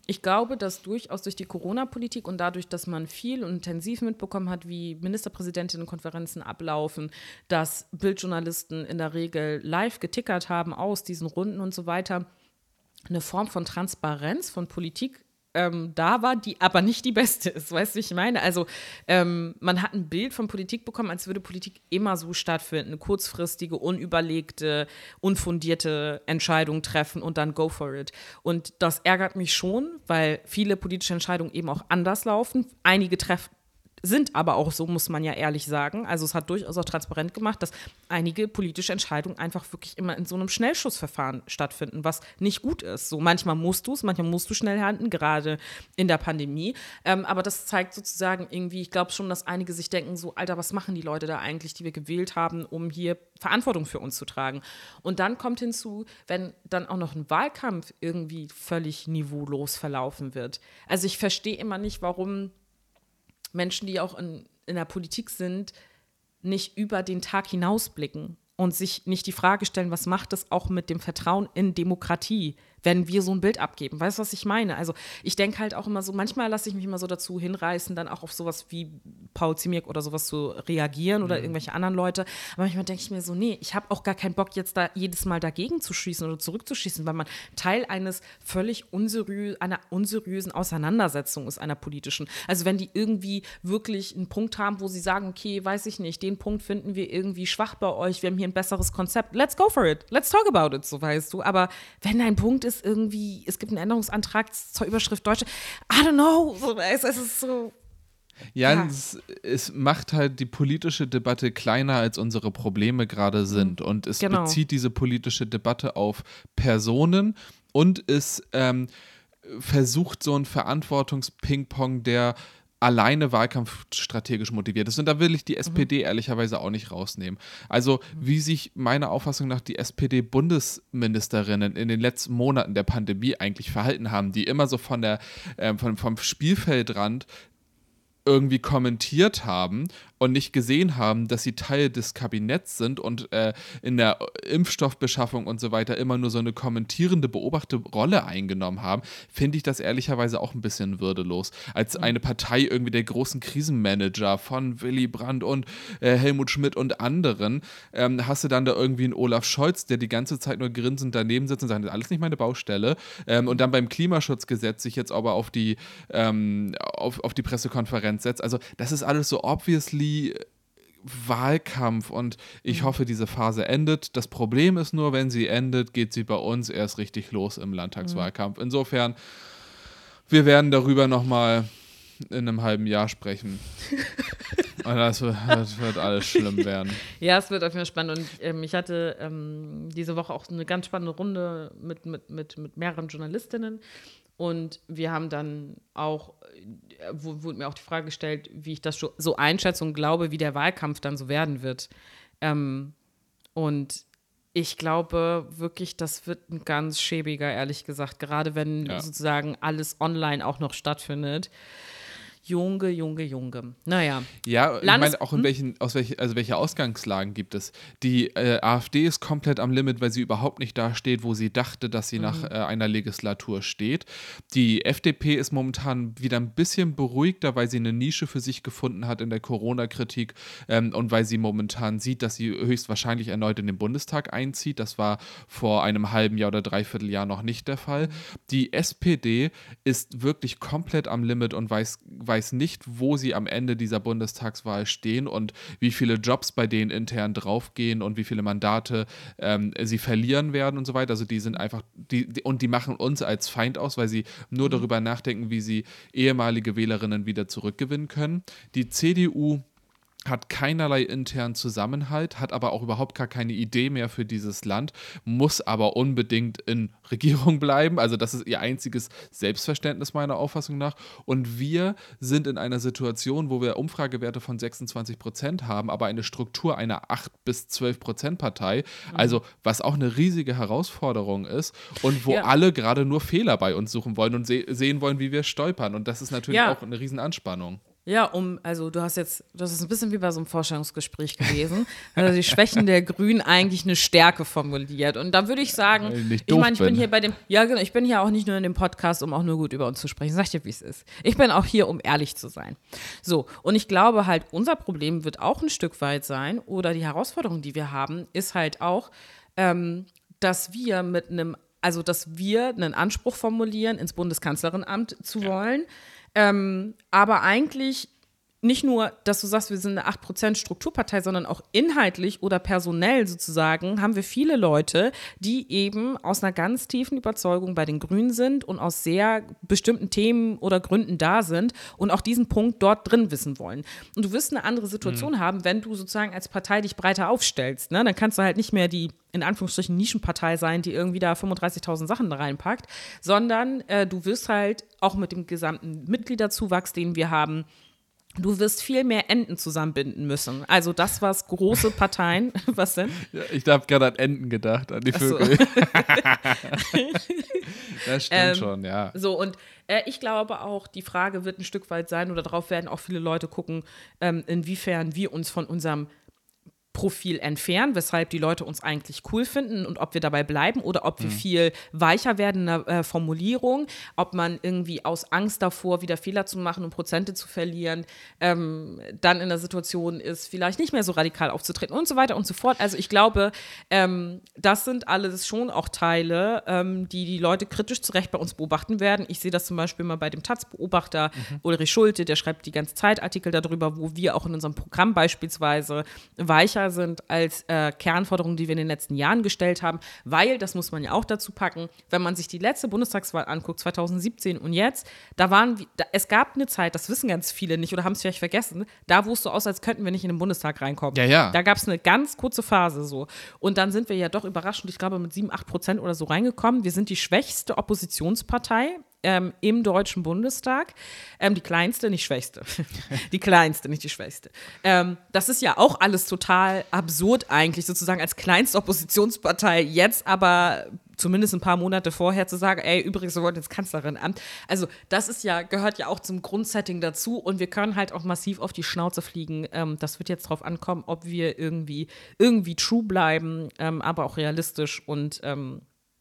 Speaker 2: Ich glaube, dass durchaus durch die Corona-Politik und dadurch, dass man viel und intensiv mitbekommen hat, wie Ministerpräsidentinnenkonferenzen ablaufen, dass Bildjournalisten in der Regel live getickert haben aus diesen Runden und so weiter, eine Form von Transparenz von Politik ähm, da war, die aber nicht die beste ist, weißt du, wie ich meine? Also ähm, man hat ein Bild von Politik bekommen, als würde Politik immer so stattfinden, eine kurzfristige, unüberlegte, unfundierte Entscheidung treffen und dann go for it. Und das ärgert mich schon, weil viele politische Entscheidungen eben auch anders laufen. Einige treffen sind aber auch so, muss man ja ehrlich sagen. Also es hat durchaus auch transparent gemacht, dass einige politische Entscheidungen einfach wirklich immer in so einem Schnellschussverfahren stattfinden, was nicht gut ist. So manchmal musst du es, manchmal musst du schnell handeln, gerade in der Pandemie. Ähm, aber das zeigt sozusagen irgendwie, ich glaube schon, dass einige sich denken, so, Alter, was machen die Leute da eigentlich, die wir gewählt haben, um hier Verantwortung für uns zu tragen? Und dann kommt hinzu, wenn dann auch noch ein Wahlkampf irgendwie völlig niveaulos verlaufen wird. Also ich verstehe immer nicht, warum Menschen, die auch in, in der Politik sind, nicht über den Tag hinausblicken und sich nicht die Frage stellen, was macht das auch mit dem Vertrauen in Demokratie, wenn wir so ein Bild abgeben. Weißt du, was ich meine? Also ich denke halt auch immer so, manchmal lasse ich mich immer so dazu hinreißen, dann auch auf sowas wie Paul Ziemiak oder sowas zu reagieren oder mhm. irgendwelche anderen Leute. Aber manchmal denke ich mir so, nee, ich habe auch gar keinen Bock, jetzt da jedes Mal dagegen zu schießen oder zurückzuschießen, weil man Teil eines völlig unseriö- einer unseriösen Auseinandersetzung ist, einer politischen. Also wenn die irgendwie wirklich einen Punkt haben, wo sie sagen, okay, weiß ich nicht, den Punkt finden wir irgendwie schwach bei euch, wir haben hier ein besseres Konzept, let's go for it, let's talk about it, so weißt du. Aber wenn dein Punkt ist, irgendwie, es gibt einen Änderungsantrag zur Überschrift Deutsche. I don't know. So, es, es ist so.
Speaker 1: Ja, ja. Es, es macht halt die politische Debatte kleiner, als unsere Probleme gerade sind. Mhm. Und es genau. bezieht diese politische Debatte auf Personen und es ähm, versucht so ein Verantwortungs-Ping-Pong, der alleine wahlkampfstrategisch motiviert ist. Und da will ich die S P D mhm. ehrlicherweise auch nicht rausnehmen. Also wie sich meiner Auffassung nach die S P D-Bundesministerinnen in den letzten Monaten der Pandemie eigentlich verhalten haben, die immer so von der, äh, von, vom Spielfeldrand irgendwie kommentiert haben und nicht gesehen haben, dass sie Teil des Kabinetts sind und äh, in der Impfstoffbeschaffung und so weiter immer nur so eine kommentierende, beobachtende Rolle eingenommen haben, finde ich das ehrlicherweise auch ein bisschen würdelos. Als eine Partei irgendwie der großen Krisenmanager von Willy Brandt und äh, Helmut Schmidt und anderen, ähm, hast du dann da irgendwie einen Olaf Scholz, der die ganze Zeit nur grinsend daneben sitzt und sagt, das ist alles nicht meine Baustelle. Ähm, und dann beim Klimaschutzgesetz sich jetzt aber auf die, ähm, auf, auf die Pressekonferenz setzt. Also das ist alles so obviously Wahlkampf und ich mhm. hoffe, diese Phase endet. Das Problem ist nur, wenn sie endet, geht sie bei uns erst richtig los im Landtagswahlkampf. Mhm. Insofern, wir werden darüber nochmal in einem halben Jahr sprechen. Und das wird, das wird alles schlimm werden.
Speaker 2: Ja, es wird auf jeden Fall spannend. Und ähm, ich hatte ähm, diese Woche auch eine ganz spannende Runde mit, mit, mit, mit mehreren Journalistinnen. Und wir haben dann auch, wo, wurde mir auch die Frage gestellt, wie ich das so einschätze und glaube, wie der Wahlkampf dann so werden wird. Ähm, und ich glaube wirklich, das wird ein ganz schäbiger, ehrlich gesagt, gerade wenn ja. sozusagen alles online auch noch stattfindet. Junge, Junge, Junge. Naja.
Speaker 1: Ja, ich meine auch in welchen, aus welchen, also welche Ausgangslagen gibt es? Die äh, AfD ist komplett am Limit, weil sie überhaupt nicht da steht, wo sie dachte, dass sie mhm. nach äh, einer Legislatur steht. Die F D P ist momentan wieder ein bisschen beruhigter, weil sie eine Nische für sich gefunden hat in der Corona-Kritik ähm, und weil sie momentan sieht, dass sie höchstwahrscheinlich erneut in den Bundestag einzieht. Das war vor einem halben Jahr oder dreiviertel Jahr noch nicht der Fall. Mhm. Die S P D ist wirklich komplett am Limit und weiß, weiß nicht, wo sie am Ende dieser Bundestagswahl stehen und wie viele Jobs bei denen intern draufgehen und wie viele Mandate ähm, sie verlieren werden und so weiter. Also die sind einfach, die, die, und die machen uns als Feind aus, weil sie nur mhm. darüber nachdenken, wie sie ehemalige Wählerinnen wieder zurückgewinnen können. Die C D U hat keinerlei internen Zusammenhalt, hat aber auch überhaupt gar keine Idee mehr für dieses Land, muss aber unbedingt in Regierung bleiben. Also das ist ihr einziges Selbstverständnis meiner Auffassung nach. Und wir sind in einer Situation, wo wir Umfragewerte von sechsundzwanzig Prozent haben, aber eine Struktur einer acht bis zwölf Prozent Partei, mhm. also was auch eine riesige Herausforderung ist und wo ja. alle gerade nur Fehler bei uns suchen wollen und se- sehen wollen, wie wir stolpern. Und das ist natürlich ja. auch eine Riesenanspannung.
Speaker 2: Ja, um, also du hast jetzt, das ist ein bisschen wie bei so einem Vorstellungsgespräch gewesen, also die Schwächen der Grünen eigentlich eine Stärke formuliert. Und da würde ich sagen,
Speaker 1: ich,
Speaker 2: ich meine, ich bin hier bei dem, ja genau, ich bin hier auch nicht nur in dem Podcast, um auch nur gut über uns zu sprechen. Sag dir, wie es ist. Ich bin auch hier, um ehrlich zu sein. So, und ich glaube halt, unser Problem wird auch ein Stück weit sein, oder die Herausforderung, die wir haben, ist halt auch, ähm, dass wir mit einem, also dass wir einen Anspruch formulieren, ins Bundeskanzlerinamt zu
Speaker 1: Ja.
Speaker 2: wollen, Ähm, aber eigentlich nicht nur, dass du sagst, wir sind eine acht Prozent Strukturpartei, sondern auch inhaltlich oder personell sozusagen haben wir viele Leute, die eben aus einer ganz tiefen Überzeugung bei den Grünen sind und aus sehr bestimmten Themen oder Gründen da sind und auch diesen Punkt dort drin wissen wollen. Und du wirst eine andere Situation mhm. haben, wenn du sozusagen als Partei dich breiter aufstellst. Ne? Dann kannst du halt nicht mehr die, in Anführungsstrichen, Nischenpartei sein, die irgendwie da fünfunddreißigtausend Sachen da reinpackt, sondern äh, du wirst halt auch mit dem gesamten Mitgliederzuwachs, den wir haben, du wirst viel mehr Enden zusammenbinden müssen. Also das, was große Parteien, was denn?
Speaker 1: Ja, ich habe gerade an Enten gedacht, an die Vögel. So. Das stimmt ähm, schon, ja.
Speaker 2: So, und äh, ich glaube auch, die Frage wird ein Stück weit sein, oder darauf werden auch viele Leute gucken, ähm, inwiefern wir uns von unserem Profil entfernen, weshalb die Leute uns eigentlich cool finden und ob wir dabei bleiben oder ob wir mhm. viel weicher werden in der äh, Formulierung, ob man irgendwie aus Angst davor, wieder Fehler zu machen und Prozente zu verlieren, ähm, dann in der Situation ist, vielleicht nicht mehr so radikal aufzutreten und so weiter und so fort. Also ich glaube, ähm, das sind alles schon auch Teile, ähm, die die Leute kritisch zu Recht bei uns beobachten werden. Ich sehe das zum Beispiel mal bei dem Taz-Beobachter mhm. Ulrich Schulte, der schreibt die ganze Zeit Artikel darüber, wo wir auch in unserem Programm beispielsweise weicher sind als äh, Kernforderungen, die wir in den letzten Jahren gestellt haben, weil, das muss man ja auch dazu packen, wenn man sich die letzte Bundestagswahl anguckt, zwanzig siebzehn und jetzt, da waren, da, es gab eine Zeit, das wissen ganz viele nicht oder haben es vielleicht vergessen, da wo es so aus, als könnten wir nicht in den Bundestag reinkommen.
Speaker 1: Ja, ja.
Speaker 2: Da gab es eine ganz kurze Phase so. Und dann sind wir ja doch überraschend, ich glaube, mit sieben, acht Prozent oder so reingekommen. Wir sind die schwächste Oppositionspartei Ähm, im Deutschen Bundestag. Ähm, die kleinste, nicht schwächste. Die kleinste, nicht die schwächste. Ähm, das ist ja auch alles total absurd eigentlich, sozusagen als kleinste Oppositionspartei jetzt aber zumindest ein paar Monate vorher zu sagen, ey, übrigens, wir wollen jetzt Kanzlerinamt. Also das ist ja, gehört ja auch zum Grundsetting dazu und wir können halt auch massiv auf die Schnauze fliegen. Ähm, das wird jetzt drauf ankommen, ob wir irgendwie, irgendwie true bleiben, ähm, aber auch realistisch und ähm,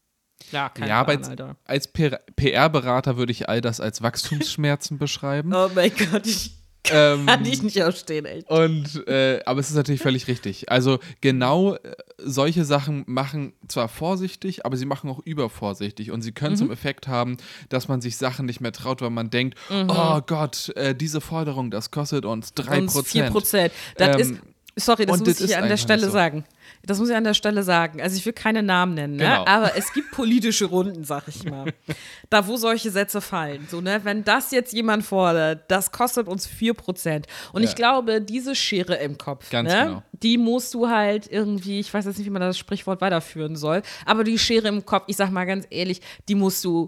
Speaker 2: Ja, keine
Speaker 1: ja, aber
Speaker 2: Plan,
Speaker 1: als,
Speaker 2: Alter.
Speaker 1: als P R-Berater würde ich all das als Wachstumsschmerzen beschreiben.
Speaker 2: Oh mein Gott, ich
Speaker 1: ähm,
Speaker 2: kann dich nicht ausstehen, echt.
Speaker 1: Und, äh, aber es ist natürlich völlig richtig. Also genau äh, solche Sachen machen zwar vorsichtig, aber sie machen auch übervorsichtig. Und sie können mhm. zum Effekt haben, dass man sich Sachen nicht mehr traut, weil man denkt, mhm. oh Gott, äh, diese Forderung, das kostet uns drei Prozent.
Speaker 2: Uns vier Prozent. Das
Speaker 1: ähm,
Speaker 2: ist, sorry, das muss
Speaker 1: das
Speaker 2: ich an der Stelle
Speaker 1: so.
Speaker 2: sagen. Das muss ich an der Stelle sagen. Also ich will keine Namen nennen, ne?
Speaker 1: Genau.
Speaker 2: Aber es gibt politische Runden, sag ich mal. Da, wo solche Sätze fallen. So, ne? Wenn das jetzt jemand fordert, das kostet uns vier Prozent. Und ja. ich glaube, diese Schere im Kopf,
Speaker 1: Ganz
Speaker 2: ne?
Speaker 1: genau.
Speaker 2: Die musst du halt irgendwie, ich weiß jetzt nicht, wie man das Sprichwort weiterführen soll, aber die Schere im Kopf, ich sag mal ganz ehrlich, die musst du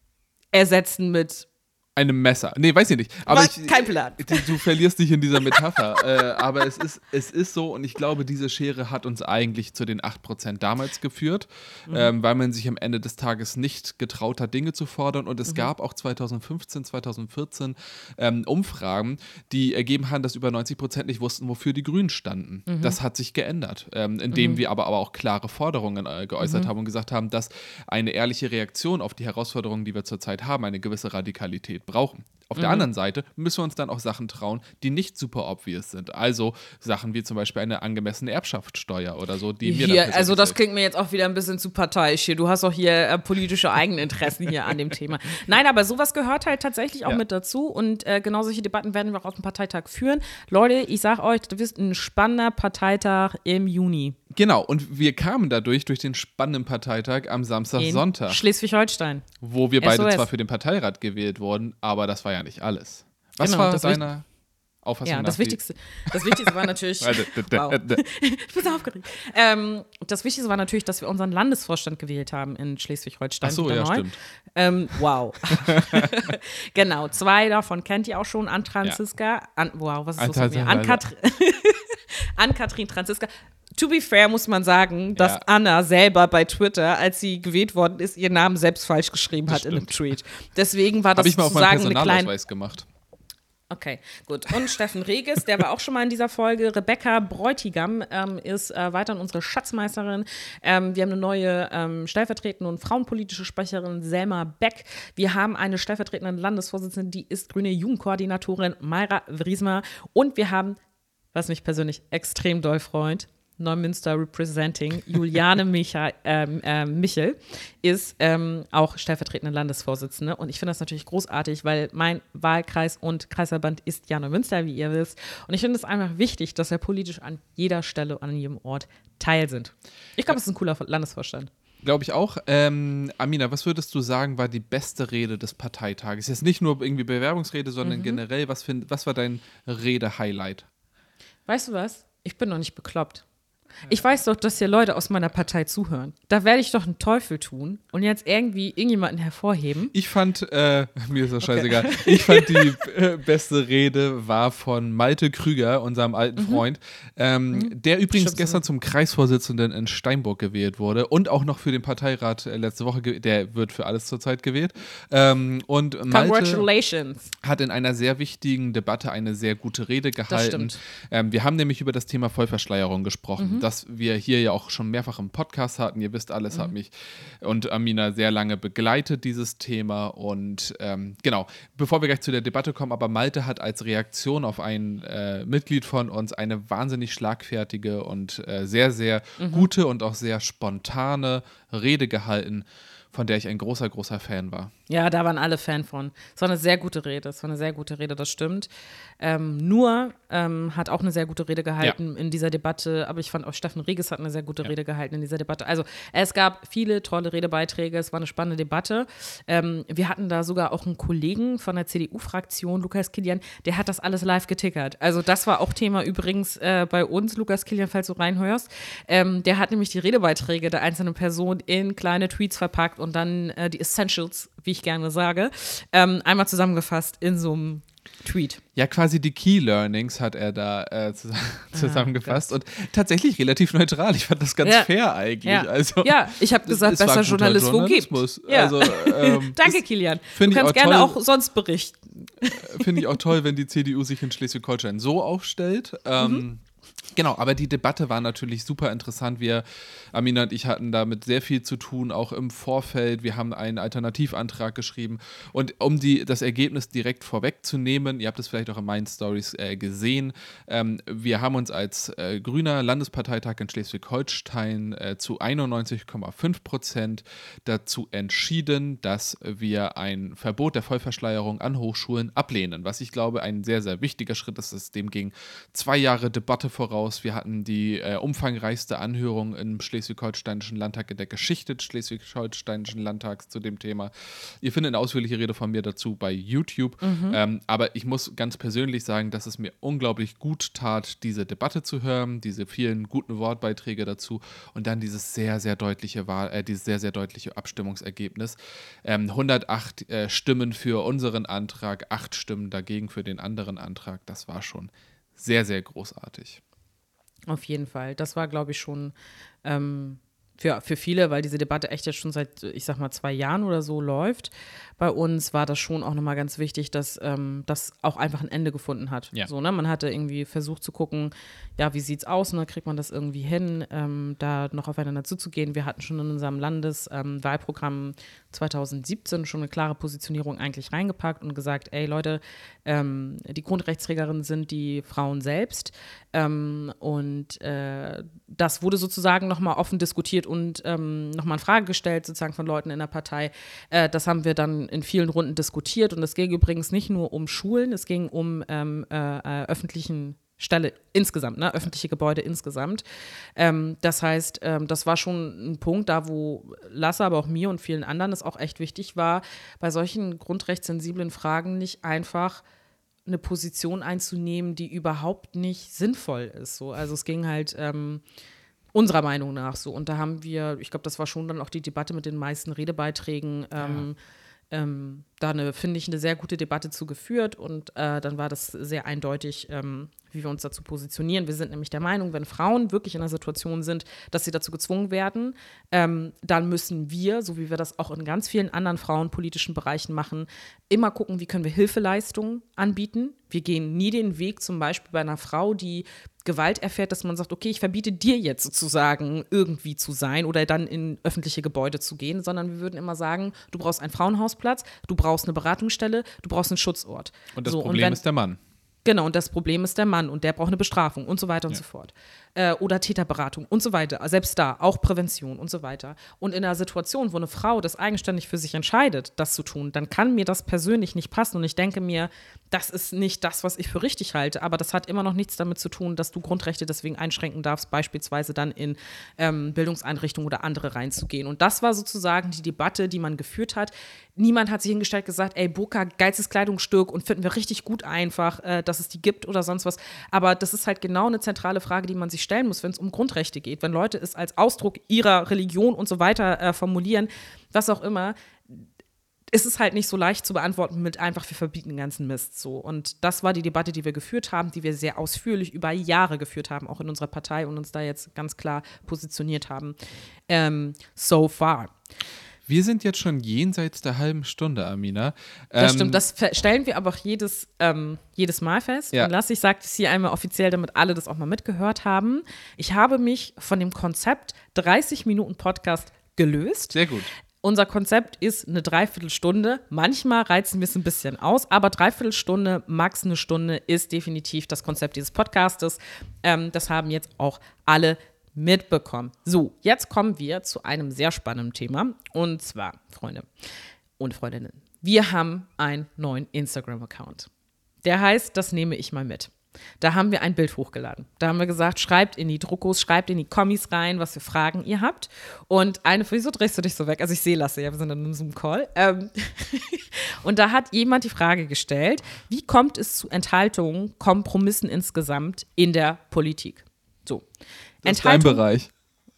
Speaker 2: ersetzen mit
Speaker 1: einem Messer. Nee, weiß ich nicht. Aber ich,
Speaker 2: kein Plan.
Speaker 1: Du, du verlierst dich in dieser Metapher. äh, aber es ist, es ist so, und ich glaube, diese Schere hat uns eigentlich zu den acht Prozent damals geführt, mhm. ähm, weil man sich am Ende des Tages nicht getraut hat, Dinge zu fordern. Und es mhm. gab auch zwanzig fünfzehn, zwanzig vierzehn ähm, Umfragen, die ergeben haben, dass über neunzig Prozent nicht wussten, wofür die Grünen standen. Mhm. Das hat sich geändert, ähm, indem mhm. wir aber, aber auch klare Forderungen äh, geäußert mhm. haben und gesagt haben, dass eine ehrliche Reaktion auf die Herausforderungen, die wir zurzeit haben, eine gewisse Radikalität brauchen. Auf der mhm. anderen Seite müssen wir uns dann auch Sachen trauen, die nicht super obvious sind. Also Sachen wie zum Beispiel eine angemessene Erbschaftssteuer oder so, die mir
Speaker 2: hier, also das klingt mir jetzt auch wieder ein bisschen zu parteiisch hier. Du hast auch hier äh, politische Eigeninteressen hier an dem Thema. Nein, aber sowas gehört halt tatsächlich auch ja. mit dazu und äh, genau solche Debatten werden wir auch auf dem Parteitag führen. Leute, ich sag euch, das ist ein spannender Parteitag im Juni.
Speaker 1: Genau, und wir kamen dadurch durch den spannenden Parteitag am Samstag,
Speaker 2: in
Speaker 1: Sonntag.
Speaker 2: Schleswig-Holstein.
Speaker 1: Wo wir beide
Speaker 2: S O S.
Speaker 1: zwar für den Parteirat gewählt wurden, aber das war ja nicht alles. Was
Speaker 2: genau,
Speaker 1: war deine Auffassung?
Speaker 2: Ja,
Speaker 1: nach
Speaker 2: das Wichtigste, das Wichtigste war natürlich, wow, ich bin so aufgeregt. Ähm, das Wichtigste war natürlich, dass wir unseren Landesvorstand gewählt haben in Schleswig-Holstein.
Speaker 1: Ach so, ja,
Speaker 2: neu.
Speaker 1: stimmt.
Speaker 2: Ähm, wow. Genau, zwei davon kennt ihr auch schon, an Franziska, an, wow, was ist das mit mir? An Katrin, an Katrin Franziska. To be fair muss man sagen, dass
Speaker 1: ja.
Speaker 2: Anna selber bei Twitter, als sie gewählt worden ist, ihren Namen selbst falsch geschrieben
Speaker 1: das
Speaker 2: hat
Speaker 1: stimmt.
Speaker 2: in einem Tweet. Deswegen war das
Speaker 1: Hab ich mal
Speaker 2: sozusagen
Speaker 1: auf meinen
Speaker 2: eine kleine
Speaker 1: Personalausweis gemacht.
Speaker 2: Okay, gut. Und Steffen Regis, der war auch schon mal in dieser Folge. Rebecca Bräutigam ähm, ist äh, weiterhin unsere Schatzmeisterin. Ähm, wir haben eine neue ähm, stellvertretende und frauenpolitische Sprecherin, Selma Beck. Wir haben eine stellvertretende Landesvorsitzende, die ist grüne Jugendkoordinatorin, Mayra Wriesmer. Und wir haben, was mich persönlich extrem doll freut, Neumünster representing, Juliane Micha, ähm, äh, Michel ist ähm, auch stellvertretende Landesvorsitzende. Und ich finde das natürlich großartig, weil mein Wahlkreis und Kreisverband ist ja Neumünster, wie ihr wisst. Und ich finde es einfach wichtig, dass wir politisch an jeder Stelle, an jedem Ort Teil sind. Ich glaube, es ist ein cooler Landesvorstand.
Speaker 1: Glaube ich auch. Ähm, Amina, was würdest du sagen, war die beste Rede des Parteitages? Jetzt nicht nur irgendwie Bewerbungsrede, sondern mhm. generell, was, find, was war dein Rede-Highlight?
Speaker 2: Weißt du was? Ich bin noch nicht bekloppt. Ich weiß doch, dass hier Leute aus meiner Partei zuhören. Da werde ich doch einen Teufel tun und jetzt irgendwie irgendjemanden hervorheben.
Speaker 1: Ich fand, äh, mir ist das scheißegal, okay. ich fand die äh, beste Rede war von Malte Krüger, unserem alten mhm. Freund, ähm, mhm. der übrigens Stimmt. gestern zum Kreisvorsitzenden in Steinburg gewählt wurde und auch noch für den Parteirat äh, letzte Woche, ge- der wird für alles zurzeit gewählt. Ähm, und Malte hat in einer sehr wichtigen Debatte eine sehr gute Rede gehalten. Das stimmt. Ähm, wir haben nämlich über das Thema Vollverschleierung gesprochen. Mhm. Das wir hier ja auch schon mehrfach im Podcast hatten. Ihr wisst alles, mhm. hat mich und Amina sehr lange begleitet, dieses Thema. Und ähm, genau, bevor wir gleich zu der Debatte kommen, aber Malte hat als Reaktion auf ein äh, Mitglied von uns eine wahnsinnig schlagfertige und äh, sehr, sehr mhm. gute und auch sehr spontane Rede gehalten, von der ich ein großer, großer Fan war.
Speaker 2: Ja, da waren alle Fan von. Es war eine sehr gute Rede, es war eine sehr gute Rede, das stimmt. Ähm, Nur ähm, hat auch eine sehr gute Rede gehalten ja. in dieser Debatte, aber ich fand auch Steffen Regis hat eine sehr gute ja. Rede gehalten in dieser Debatte. Also es gab viele tolle Redebeiträge, es war eine spannende Debatte. Ähm, wir hatten da sogar auch einen Kollegen von der C D U-Fraktion, Lukas Kilian, der hat das alles live getickert. Also das war auch Thema übrigens äh, bei uns, Lukas Kilian, falls du reinhörst. Ähm, der hat nämlich die Redebeiträge der einzelnen Personen in kleine Tweets verpackt und dann äh, die Essentials, wie ich gerne sage, ähm, einmal zusammengefasst in so einem Tweet.
Speaker 1: Ja, quasi die Key Learnings hat er da äh, zusammen, zusammengefasst ah, und tatsächlich relativ neutral. Ich fand das ganz ja. fair eigentlich.
Speaker 2: Ja,
Speaker 1: also,
Speaker 2: ja ich habe gesagt, besser Journalist, wo gibt. Ja. Also, ähm,
Speaker 1: Danke,
Speaker 2: Kilian. Du kannst gerne toll, auch sonst berichten.
Speaker 1: Finde ich auch toll, wenn die C D U sich in Schleswig-Holstein so aufstellt. Ähm, mhm. Genau, aber die Debatte war natürlich super interessant. Wir, Amina und ich, hatten damit sehr viel zu tun, auch im Vorfeld. Wir haben einen Alternativantrag geschrieben. Und um die, das Ergebnis direkt vorwegzunehmen, ihr habt es vielleicht auch in meinen Stories äh, gesehen, ähm, wir haben uns als äh, grüner Landesparteitag in Schleswig-Holstein äh, zu einundneunzig Komma fünf Prozent dazu entschieden, dass wir ein Verbot der Vollverschleierung an Hochschulen ablehnen. Was ich glaube, ein sehr, sehr wichtiger Schritt ist. Es dem ging zwei Jahre Debatte voraus. Wir hatten die äh, umfangreichste Anhörung im Schleswig-Holsteinischen Landtag in der Geschichte des Schleswig-Holsteinischen Landtags zu dem Thema. Ihr findet eine ausführliche Rede von mir dazu bei YouTube. Mhm. Ähm, aber ich muss ganz persönlich sagen, dass es mir unglaublich gut tat, diese Debatte zu hören, diese vielen guten Wortbeiträge dazu und dann dieses sehr, sehr deutliche Wahl, äh, dieses sehr, sehr deutliche Abstimmungsergebnis. Ähm, hundertacht äh, Stimmen für unseren Antrag, acht Stimmen dagegen für den anderen Antrag. Das war schon sehr, sehr großartig.
Speaker 2: Auf jeden Fall. Das war, glaube ich, schon ähm, für, für viele, weil diese Debatte echt jetzt schon seit, ich sag mal, zwei Jahren oder so läuft. Bei uns war das schon auch nochmal ganz wichtig, dass ähm, das auch einfach ein Ende gefunden hat. Ja. So, ne? Man hatte irgendwie versucht zu gucken, ja, wie sieht's aus? Und dann kriegt man das irgendwie hin, ähm, da noch aufeinander zuzugehen. Wir hatten schon in unserem Landeswahlprogramm ähm, zwanzig siebzehn schon eine klare Positionierung eigentlich reingepackt und gesagt, ey Leute, ähm, die Grundrechtsträgerinnen sind die Frauen selbst. Ähm, und äh, das wurde sozusagen nochmal offen diskutiert und ähm, nochmal in Frage gestellt, sozusagen von Leuten in der Partei. Äh, das haben wir dann in vielen Runden diskutiert und es ging übrigens nicht nur um Schulen, es ging um ähm, äh, äh, öffentlichen Stelle insgesamt, ne? Öffentliche Gebäude insgesamt. Ähm, das heißt, ähm, das war schon ein Punkt, da wo Lasse, aber auch mir und vielen anderen es auch echt wichtig war, bei solchen grundrechtssensiblen Fragen nicht einfach eine Position einzunehmen, die überhaupt nicht sinnvoll ist. So. Also es ging halt ähm, unserer Meinung nach so. Und da haben wir, ich glaube, das war schon dann auch die Debatte mit den meisten Redebeiträgen, ähm, ja. ähm, da eine, finde ich, eine sehr gute Debatte zu geführt und äh, dann war das sehr eindeutig ähm, wie wir uns dazu positionieren. Wir sind nämlich der Meinung, wenn Frauen wirklich in einer Situation sind, dass sie dazu gezwungen werden, ähm, dann müssen wir, so wie wir das auch in ganz vielen anderen frauenpolitischen Bereichen machen, immer gucken, wie können wir Hilfeleistungen anbieten. Wir gehen nie den Weg zum Beispiel bei einer Frau, die Gewalt erfährt, dass man sagt, okay, ich verbiete dir jetzt sozusagen irgendwie zu sein oder dann in öffentliche Gebäude zu gehen, sondern wir würden immer sagen, du brauchst einen Frauenhausplatz, du brauchst eine Beratungsstelle, du brauchst einen Schutzort.
Speaker 1: Und das
Speaker 2: so,
Speaker 1: Problem
Speaker 2: und wenn,
Speaker 1: ist der Mann.
Speaker 2: Genau, und das Problem ist der Mann und der braucht eine Bestrafung und so weiter und
Speaker 1: ja.
Speaker 2: so fort. Äh, oder Täterberatung und so weiter. Selbst da, auch Prävention und so weiter. Und in einer Situation, wo eine Frau das eigenständig für sich entscheidet, das zu tun, dann kann mir das persönlich nicht passen. Und ich denke mir, das ist nicht das, was ich für richtig halte. Aber das hat immer noch nichts damit zu tun, dass du Grundrechte deswegen einschränken darfst, beispielsweise dann in ähm, Bildungseinrichtungen oder andere reinzugehen. Und das war sozusagen die Debatte, die man geführt hat. Niemand hat sich hingestellt und gesagt, ey, Burka, geilstes Kleidungsstück und finden wir richtig gut einfach, äh, dass es die gibt oder sonst was. Aber das ist halt genau eine zentrale Frage, die man sich stellen muss, wenn es um Grundrechte geht. Wenn Leute es als Ausdruck ihrer Religion und so weiter äh, formulieren, was auch immer, ist es halt nicht so leicht zu beantworten mit einfach, wir verbieten den ganzen Mist so. Und das war die Debatte, die wir geführt haben, die wir sehr ausführlich über Jahre geführt haben, auch in unserer Partei und uns da jetzt ganz klar positioniert haben. Ähm, so far.
Speaker 1: Wir sind jetzt schon jenseits der halben Stunde, Amina.
Speaker 2: Das
Speaker 1: ähm,
Speaker 2: stimmt, das stellen wir aber auch jedes, ähm, jedes Mal fest.
Speaker 1: Ja.
Speaker 2: Und lass ich sage es hier einmal offiziell, damit alle das auch mal mitgehört haben. Ich habe mich von dem Konzept dreißig Minuten Podcast gelöst.
Speaker 1: Sehr gut.
Speaker 2: Unser Konzept ist eine Dreiviertelstunde. Manchmal reizen wir es ein bisschen aus, aber Dreiviertelstunde, max eine Stunde ist definitiv das Konzept dieses Podcastes. Ähm, das haben jetzt auch alle mitbekommen. So, jetzt kommen wir zu einem sehr spannenden Thema. Und zwar, Freunde und Freundinnen, wir haben einen neuen Instagram-Account. Der heißt, das nehme ich mal mit. Da haben wir ein Bild hochgeladen. Da haben wir gesagt, schreibt in die Druckos, schreibt in die Kommis rein, was für Fragen ihr habt. Und eine, wieso drehst du dich so weg? Also ich sehe Lasse, ja, wir sind in einem Zoom-Call. Ähm und da hat jemand die Frage gestellt, wie kommt es zu Enthaltungen, Kompromissen insgesamt in der Politik? So.
Speaker 1: Das ist dein Bereich.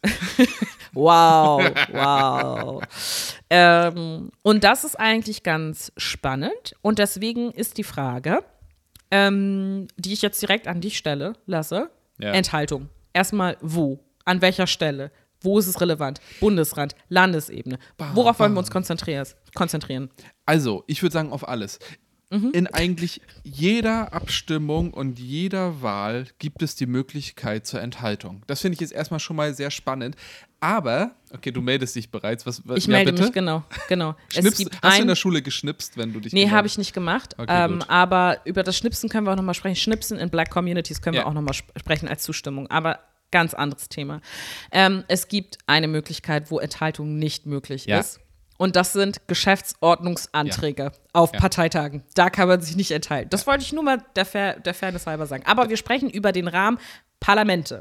Speaker 2: Wow, wow. ähm, und das ist eigentlich ganz spannend. Und deswegen ist die Frage, ähm, die ich jetzt direkt an dich stelle, Lasse, ja. Enthaltung. Erstmal wo? An welcher Stelle? Wo ist es relevant? Bundesrat, Landesebene. Worauf wollen wir uns konzentrieren?
Speaker 1: Also, ich würde sagen, auf alles. Mhm. In eigentlich jeder Abstimmung und jeder Wahl gibt es die Möglichkeit zur Enthaltung. Das finde ich jetzt erstmal schon mal sehr spannend. Aber, okay, du meldest dich bereits. Was, was,
Speaker 2: ich
Speaker 1: ja,
Speaker 2: melde
Speaker 1: bitte?
Speaker 2: mich, genau. genau.
Speaker 1: Schnips, es gibt hast ein, du in der Schule geschnipst, wenn du dich
Speaker 2: Nee, habe ich nicht gemacht.
Speaker 1: Okay,
Speaker 2: ähm, aber über das Schnipsen können wir auch nochmal sprechen. Schnipsen in Black Communities können ja. wir auch nochmal sprechen als Zustimmung. Aber ganz anderes Thema. Ähm, es gibt eine Möglichkeit, wo Enthaltung nicht möglich
Speaker 1: ja.
Speaker 2: ist. Und das sind Geschäftsordnungsanträge ja. auf ja. Parteitagen. Da kann man sich nicht enthalten. Das wollte ich nur mal der, Fair, der Fairness halber sagen. Aber wir sprechen über den Rahmen Parlamente.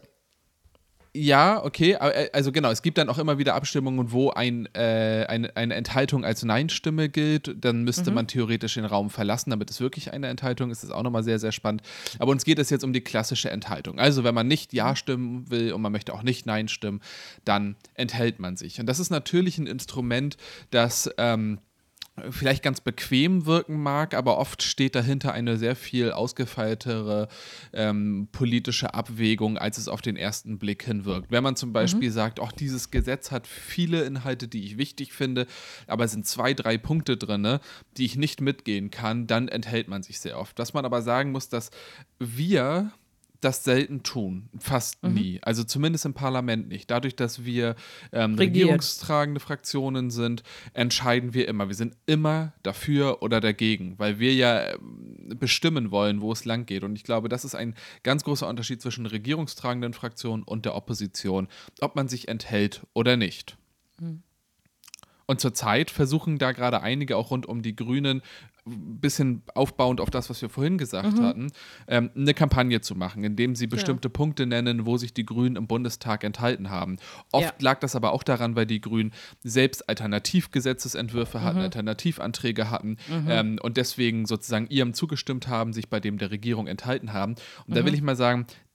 Speaker 1: Ja, okay, also genau, es gibt dann auch immer wieder Abstimmungen, wo ein, äh, eine, eine Enthaltung als Nein-Stimme gilt, dann müsste mhm. man theoretisch den Raum verlassen, damit es wirklich eine Enthaltung ist, das ist auch nochmal sehr, sehr spannend. Aber uns geht es jetzt um die klassische Enthaltung. Also wenn man nicht Ja stimmen will und man möchte auch nicht Nein stimmen, dann enthält man sich. Und das ist natürlich ein Instrument, das ähm, vielleicht ganz bequem wirken mag, aber oft steht dahinter eine sehr viel ausgefeiltere ähm, politische Abwägung, als es auf den ersten Blick hin wirkt. Wenn man zum Beispiel mhm. sagt, auch dieses Gesetz hat viele Inhalte, die ich wichtig finde, aber es sind zwei, drei Punkte drin, die ich nicht mitgehen kann, dann enthält man sich sehr oft. Was man aber sagen muss, dass wir das selten tun, fast mhm. nie. Also zumindest im Parlament nicht. Dadurch, dass wir ähm, regierungstragende Fraktionen sind, entscheiden wir immer. Wir sind immer dafür oder dagegen, weil wir ja bestimmen wollen, wo es lang geht. Und ich glaube, das ist ein ganz großer Unterschied zwischen regierungstragenden Fraktionen und der Opposition, ob man sich enthält oder nicht. Mhm. Und zurzeit versuchen da gerade einige auch rund um die Grünen, ein bisschen aufbauend auf das, was wir vorhin gesagt mhm. hatten, ähm, eine Kampagne zu machen, indem sie bestimmte ja. Punkte nennen, wo sich die Grünen im Bundestag enthalten haben. Oft ja. lag das aber auch daran, weil die Grünen selbst Alternativgesetzesentwürfe hatten, mhm. Alternativanträge hatten mhm. ähm, und deswegen sozusagen ihrem zugestimmt haben, sich bei dem der Regierung enthalten haben. Und mhm. da will ich mal sagen,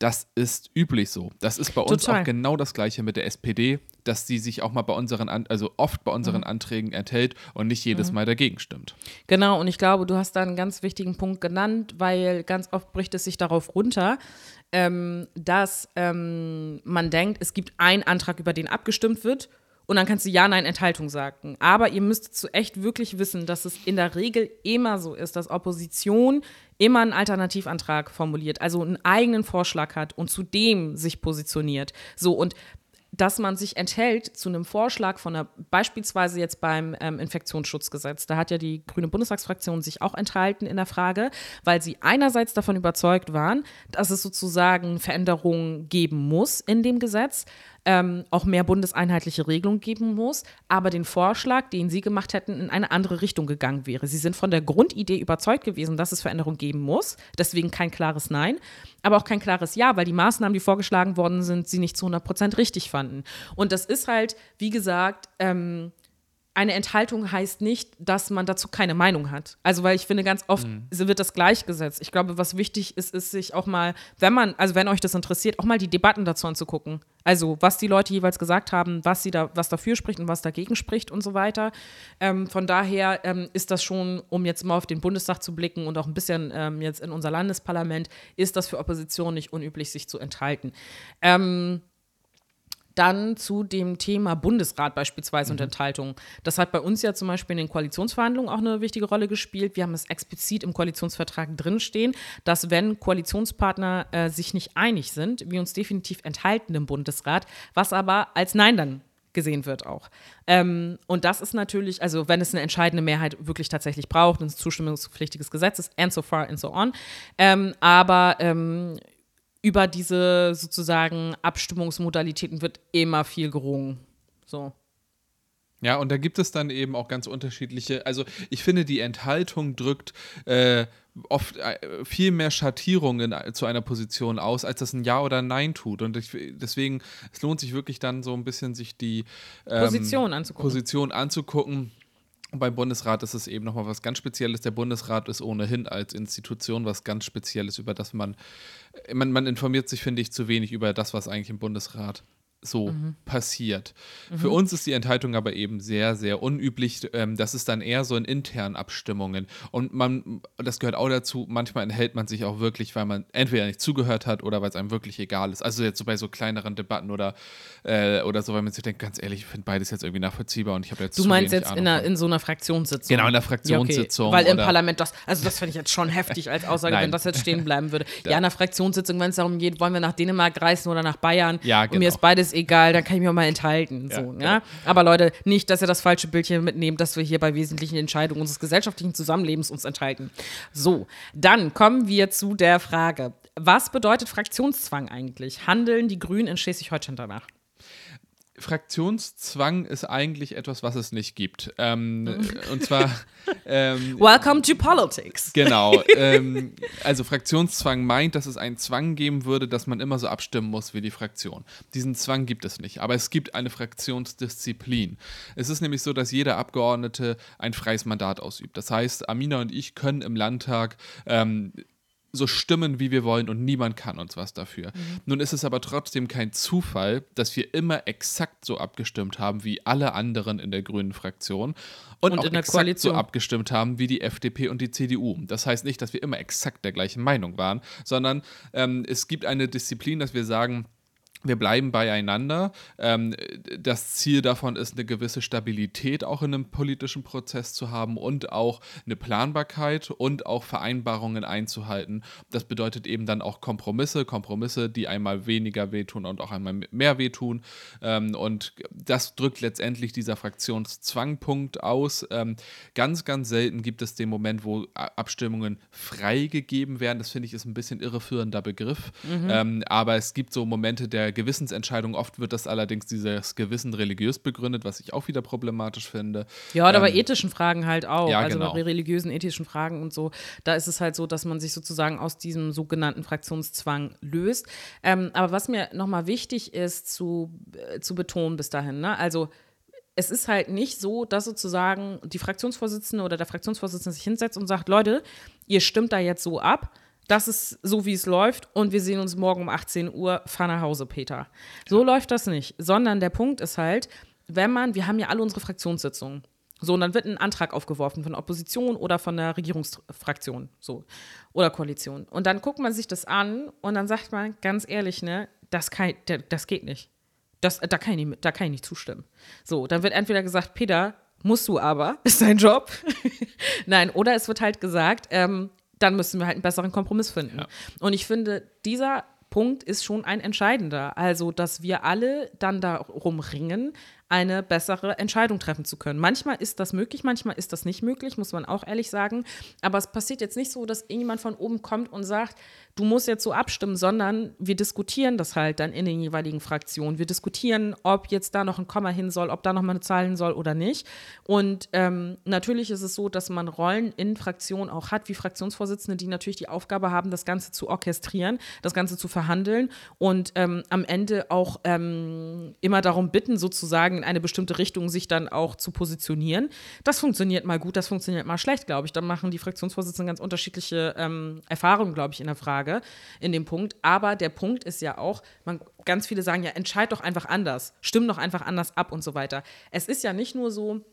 Speaker 1: das ist üblich so. Das ist bei uns
Speaker 2: Total.
Speaker 1: auch genau das Gleiche mit der S P D, dass sie sich auch mal bei unseren, An- also oft bei unseren
Speaker 2: Mhm.
Speaker 1: Anträgen enthält und nicht jedes
Speaker 2: Mhm.
Speaker 1: Mal dagegen stimmt.
Speaker 2: Genau, und ich glaube, du hast da einen ganz wichtigen Punkt genannt, weil ganz oft bricht es sich darauf runter, ähm, dass ähm, man denkt, es gibt einen Antrag, über den abgestimmt wird und dann kannst du Ja, Nein, Enthaltung sagen. Aber ihr müsst zu echt wirklich wissen, dass es in der Regel immer so ist, dass Opposition immer einen Alternativantrag formuliert, also einen eigenen Vorschlag hat und zu dem sich positioniert. So, und dass man sich enthält zu einem Vorschlag von einer, beispielsweise jetzt beim ähm, Infektionsschutzgesetz. Da hat ja die grüne Bundestagsfraktion sich auch enthalten in der Frage, weil sie einerseits davon überzeugt waren, dass es sozusagen Veränderungen geben muss in dem Gesetz, ähm, auch mehr bundeseinheitliche Regelungen geben muss, aber den Vorschlag, den sie gemacht hätten, in eine andere Richtung gegangen wäre. Sie sind von der Grundidee überzeugt gewesen, dass es Veränderungen geben muss, deswegen kein klares Nein, aber auch kein klares Ja, weil die Maßnahmen, die vorgeschlagen worden sind, sie nicht zu hundert Prozent richtig fanden. Und das ist halt, wie gesagt, ähm, eine Enthaltung heißt nicht, dass man dazu keine Meinung hat. Also, weil ich finde, ganz oft
Speaker 1: Mhm.
Speaker 2: wird das gleichgesetzt. Ich glaube, was wichtig ist, ist sich auch mal, wenn man, also wenn euch das interessiert, auch mal die Debatten dazu anzugucken. Also, was die Leute jeweils gesagt haben, was sie da, was dafür spricht und was dagegen spricht und so weiter. Ähm, von daher ähm, ist das schon, um jetzt mal auf den Bundestag zu blicken und auch ein bisschen ähm, jetzt in unser Landesparlament, ist das für Opposition nicht unüblich, sich zu enthalten. Ähm, Dann zu dem Thema Bundesrat beispielsweise und Enthaltung. Das hat bei uns ja zum Beispiel in den Koalitionsverhandlungen auch eine wichtige Rolle gespielt. Wir haben es explizit im Koalitionsvertrag drinstehen, dass wenn Koalitionspartner äh, sich nicht einig sind, wir uns definitiv enthalten im Bundesrat, was aber als Nein dann gesehen wird auch. Ähm, und das ist natürlich, also wenn es eine entscheidende Mehrheit wirklich tatsächlich braucht, ein zustimmungspflichtiges Gesetz ist, and so far and so on. Ähm, aber ähm, über diese sozusagen Abstimmungsmodalitäten wird immer viel gerungen. So.
Speaker 1: Ja, und da gibt es dann eben auch ganz unterschiedliche, also ich finde, die Enthaltung drückt äh, oft äh, viel mehr Schattierungen zu einer Position aus, als das ein Ja oder ein Nein tut. Und ich, deswegen, es lohnt sich wirklich dann so ein bisschen, sich die ähm,
Speaker 2: Position anzugucken.
Speaker 1: Position anzugucken. Und beim Bundesrat ist es eben nochmal was ganz Spezielles. Der Bundesrat ist ohnehin als Institution was ganz Spezielles, über das man, man, man informiert sich, finde ich, zu wenig über das, was eigentlich im Bundesrat so mhm. passiert. Mhm. Für uns ist die Enthaltung aber eben sehr, sehr unüblich. Ähm, das ist dann eher so in internen Abstimmungen. Und man, das gehört auch dazu, manchmal enthält man sich auch wirklich, weil man entweder nicht zugehört hat oder weil es einem wirklich egal ist. Also jetzt so bei so kleineren Debatten oder, äh, oder so, weil man sich denkt, ganz ehrlich, ich finde beides jetzt irgendwie nachvollziehbar und ich habe jetzt
Speaker 2: Du
Speaker 1: zu
Speaker 2: meinst
Speaker 1: wenig
Speaker 2: jetzt
Speaker 1: Ahnung
Speaker 2: in, einer,
Speaker 1: von.
Speaker 2: in so einer Fraktionssitzung?
Speaker 1: Genau, in der Fraktionssitzung.
Speaker 2: Ja, okay. Weil im
Speaker 1: oder
Speaker 2: Parlament, das, also das finde ich jetzt schon heftig als Aussage,
Speaker 1: Nein.
Speaker 2: wenn das jetzt stehen bleiben würde. Ja, in einer Fraktionssitzung, wenn es darum geht, wollen wir nach Dänemark reisen oder nach Bayern,
Speaker 1: Ja,
Speaker 2: und mir
Speaker 1: genau.
Speaker 2: ist beides egal, dann kann ich mir auch mal enthalten.
Speaker 1: Ja,
Speaker 2: So,
Speaker 1: genau.
Speaker 2: ja? Aber Leute, nicht, dass ihr das falsche Bild hier mitnehmt, dass wir hier bei wesentlichen Entscheidungen unseres gesellschaftlichen Zusammenlebens uns enthalten. So, dann kommen wir zu der Frage, was bedeutet Fraktionszwang eigentlich? Handeln die Grünen in Schleswig-Holstein danach?
Speaker 1: Fraktionszwang ist eigentlich etwas, was es nicht gibt. Ähm, und zwar ähm,
Speaker 2: Welcome to politics.
Speaker 1: Genau. Ähm, also Fraktionszwang meint, dass es einen Zwang geben würde, dass man immer so abstimmen muss wie die Fraktion. Diesen Zwang gibt es nicht, aber es gibt eine Fraktionsdisziplin. Es ist nämlich so, dass jeder Abgeordnete ein freies Mandat ausübt. Das heißt, Amina und ich können im Landtag ähm, so stimmen, wie wir wollen und niemand kann uns was dafür. Mhm. Nun ist es aber trotzdem kein Zufall, dass wir immer exakt so abgestimmt haben wie alle anderen in der grünen Fraktion und,
Speaker 2: Und
Speaker 1: auch
Speaker 2: in der
Speaker 1: exakt
Speaker 2: Koalition.
Speaker 1: so abgestimmt haben wie die F D P und die C D U. Das heißt nicht, dass wir immer exakt der gleichen Meinung waren, sondern ähm, es gibt eine Disziplin, dass wir sagen, wir bleiben beieinander. Ähm, das Ziel davon ist, eine gewisse Stabilität auch in einem politischen Prozess zu haben und auch eine Planbarkeit und auch Vereinbarungen einzuhalten. Das bedeutet eben dann auch Kompromisse, Kompromisse, die einmal weniger wehtun und auch einmal mehr wehtun. Ähm, und das drückt letztendlich dieser Fraktionszwangpunkt aus. Ähm, ganz, ganz selten gibt es den Moment, wo Abstimmungen freigegeben werden. Das finde ich ist ein bisschen irreführender Begriff. Mhm. Ähm, aber es gibt so Momente der Gewissensentscheidung. Oft wird das allerdings dieses Gewissen religiös begründet, was ich auch wieder problematisch finde.
Speaker 2: Ja, oder
Speaker 1: ähm,
Speaker 2: bei ethischen Fragen halt auch.
Speaker 1: Ja,
Speaker 2: also
Speaker 1: genau.
Speaker 2: bei religiösen, ethischen Fragen und so. Da ist es halt so, dass man sich sozusagen aus diesem sogenannten Fraktionszwang löst. Ähm, aber was mir nochmal wichtig ist zu, äh, zu betonen bis dahin, ne? Also es ist halt nicht so, dass sozusagen die Fraktionsvorsitzende oder der Fraktionsvorsitzende sich hinsetzt und sagt, Leute, ihr stimmt da jetzt so ab, das ist so, wie es läuft und wir sehen uns morgen um achtzehn Uhr, fahr nach Hause, Peter. So ja. läuft das nicht, sondern der Punkt ist halt, wenn man, wir haben ja alle unsere Fraktionssitzungen, so, und dann wird ein Antrag aufgeworfen von der Opposition oder von der Regierungsfraktion, so, oder Koalition. Und dann guckt man sich das an und dann sagt man, ganz ehrlich, ne, das, kann, das geht nicht. Das, da, kann ich nicht, da kann ich nicht zustimmen. So, dann wird entweder gesagt, Peter, musst du aber, ist dein Job. Nein, oder es wird halt gesagt, ähm, dann müssen wir halt einen besseren Kompromiss finden. Ja. Und ich finde, dieser Punkt ist schon ein entscheidender. Also, dass wir alle dann darum ringen, eine bessere Entscheidung treffen zu können. Manchmal ist das möglich, manchmal ist das nicht möglich, muss man auch ehrlich sagen. Aber es passiert jetzt nicht so, dass irgendjemand von oben kommt und sagt, du musst jetzt so abstimmen, sondern wir diskutieren das halt dann in den jeweiligen Fraktionen. Wir diskutieren, ob jetzt da noch ein Komma hin soll, ob da noch mal eine Zahl hin soll oder nicht. Und ähm, natürlich ist es so, dass man Rollen in Fraktionen auch hat, wie Fraktionsvorsitzende, die natürlich die Aufgabe haben, das Ganze zu orchestrieren, das Ganze zu verhandeln und ähm, am Ende auch ähm, immer darum bitten, sozusagen in eine bestimmte Richtung sich dann auch zu positionieren. Das funktioniert mal gut, das funktioniert mal schlecht, glaube ich. Da machen die Fraktionsvorsitzenden ganz unterschiedliche ähm, Erfahrungen, glaube ich, in der Frage, in dem Punkt. Aber der Punkt ist ja auch, man, ganz viele sagen ja, entscheid doch einfach anders, stimm doch einfach anders ab und so weiter. Es ist ja nicht nur so,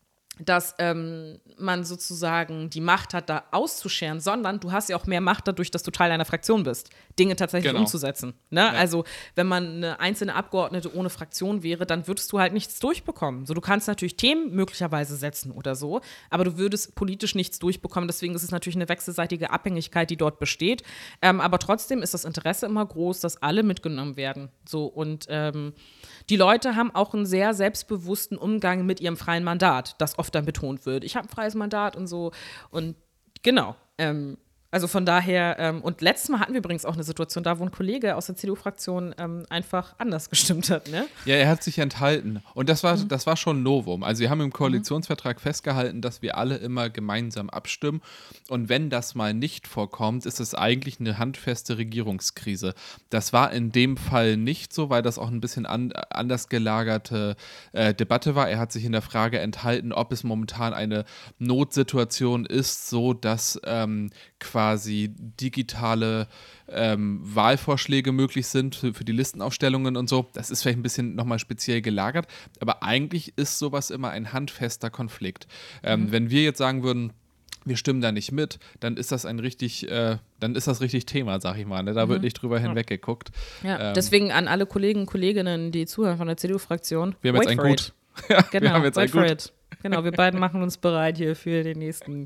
Speaker 2: dass ähm, man sozusagen die Macht hat, da auszuscheren, sondern du hast ja auch mehr Macht dadurch, dass du Teil einer Fraktion bist, Dinge tatsächlich genau. umzusetzen. Ne? Ja. Also wenn man eine einzelne Abgeordnete ohne Fraktion wäre, dann würdest du halt nichts durchbekommen. So, du kannst natürlich Themen möglicherweise setzen oder so, aber du würdest politisch nichts durchbekommen. Deswegen ist es natürlich eine wechselseitige Abhängigkeit, die dort besteht. Ähm, aber trotzdem ist das Interesse immer groß, dass alle mitgenommen werden. So, und ähm, die Leute haben auch einen sehr selbstbewussten Umgang mit ihrem freien Mandat, das oft dann betont wird. Ich habe ein freies Mandat und so. Und genau. Ähm, also von daher, ähm, und letztes Mal hatten wir übrigens auch eine Situation da, wo ein Kollege aus der C D U-Fraktion ähm, einfach anders gestimmt hat, ne?
Speaker 1: Ja, er hat sich enthalten. Und das war, mhm. das war schon ein Novum. Also wir haben im Koalitionsvertrag mhm. festgehalten, dass wir alle immer gemeinsam abstimmen. Und wenn das mal nicht vorkommt, ist es eigentlich eine handfeste Regierungskrise. Das war in dem Fall nicht so, weil das auch ein bisschen an, anders gelagerte äh, Debatte war. Er hat sich in der Frage enthalten, ob es momentan eine Notsituation ist, so dass ähm, quasi quasi digitale ähm, Wahlvorschläge möglich sind für, für die Listenaufstellungen und so. Das ist vielleicht ein bisschen nochmal speziell gelagert, aber eigentlich ist sowas immer ein handfester Konflikt. Ähm, mhm. Wenn wir jetzt sagen würden, wir stimmen da nicht mit, dann ist das ein richtig, äh, dann ist das richtig Thema, sag ich mal. Ne? Da mhm. wird nicht drüber ja. hinweggeguckt.
Speaker 2: Ja, ähm, deswegen an alle Kollegen und Kolleginnen, die zuhören von der C D U-Fraktion,
Speaker 1: wir haben jetzt ein Gut.
Speaker 2: ja, genau, wir haben jetzt ein Gut. Genau, wir beiden machen uns bereit hier für den nächsten.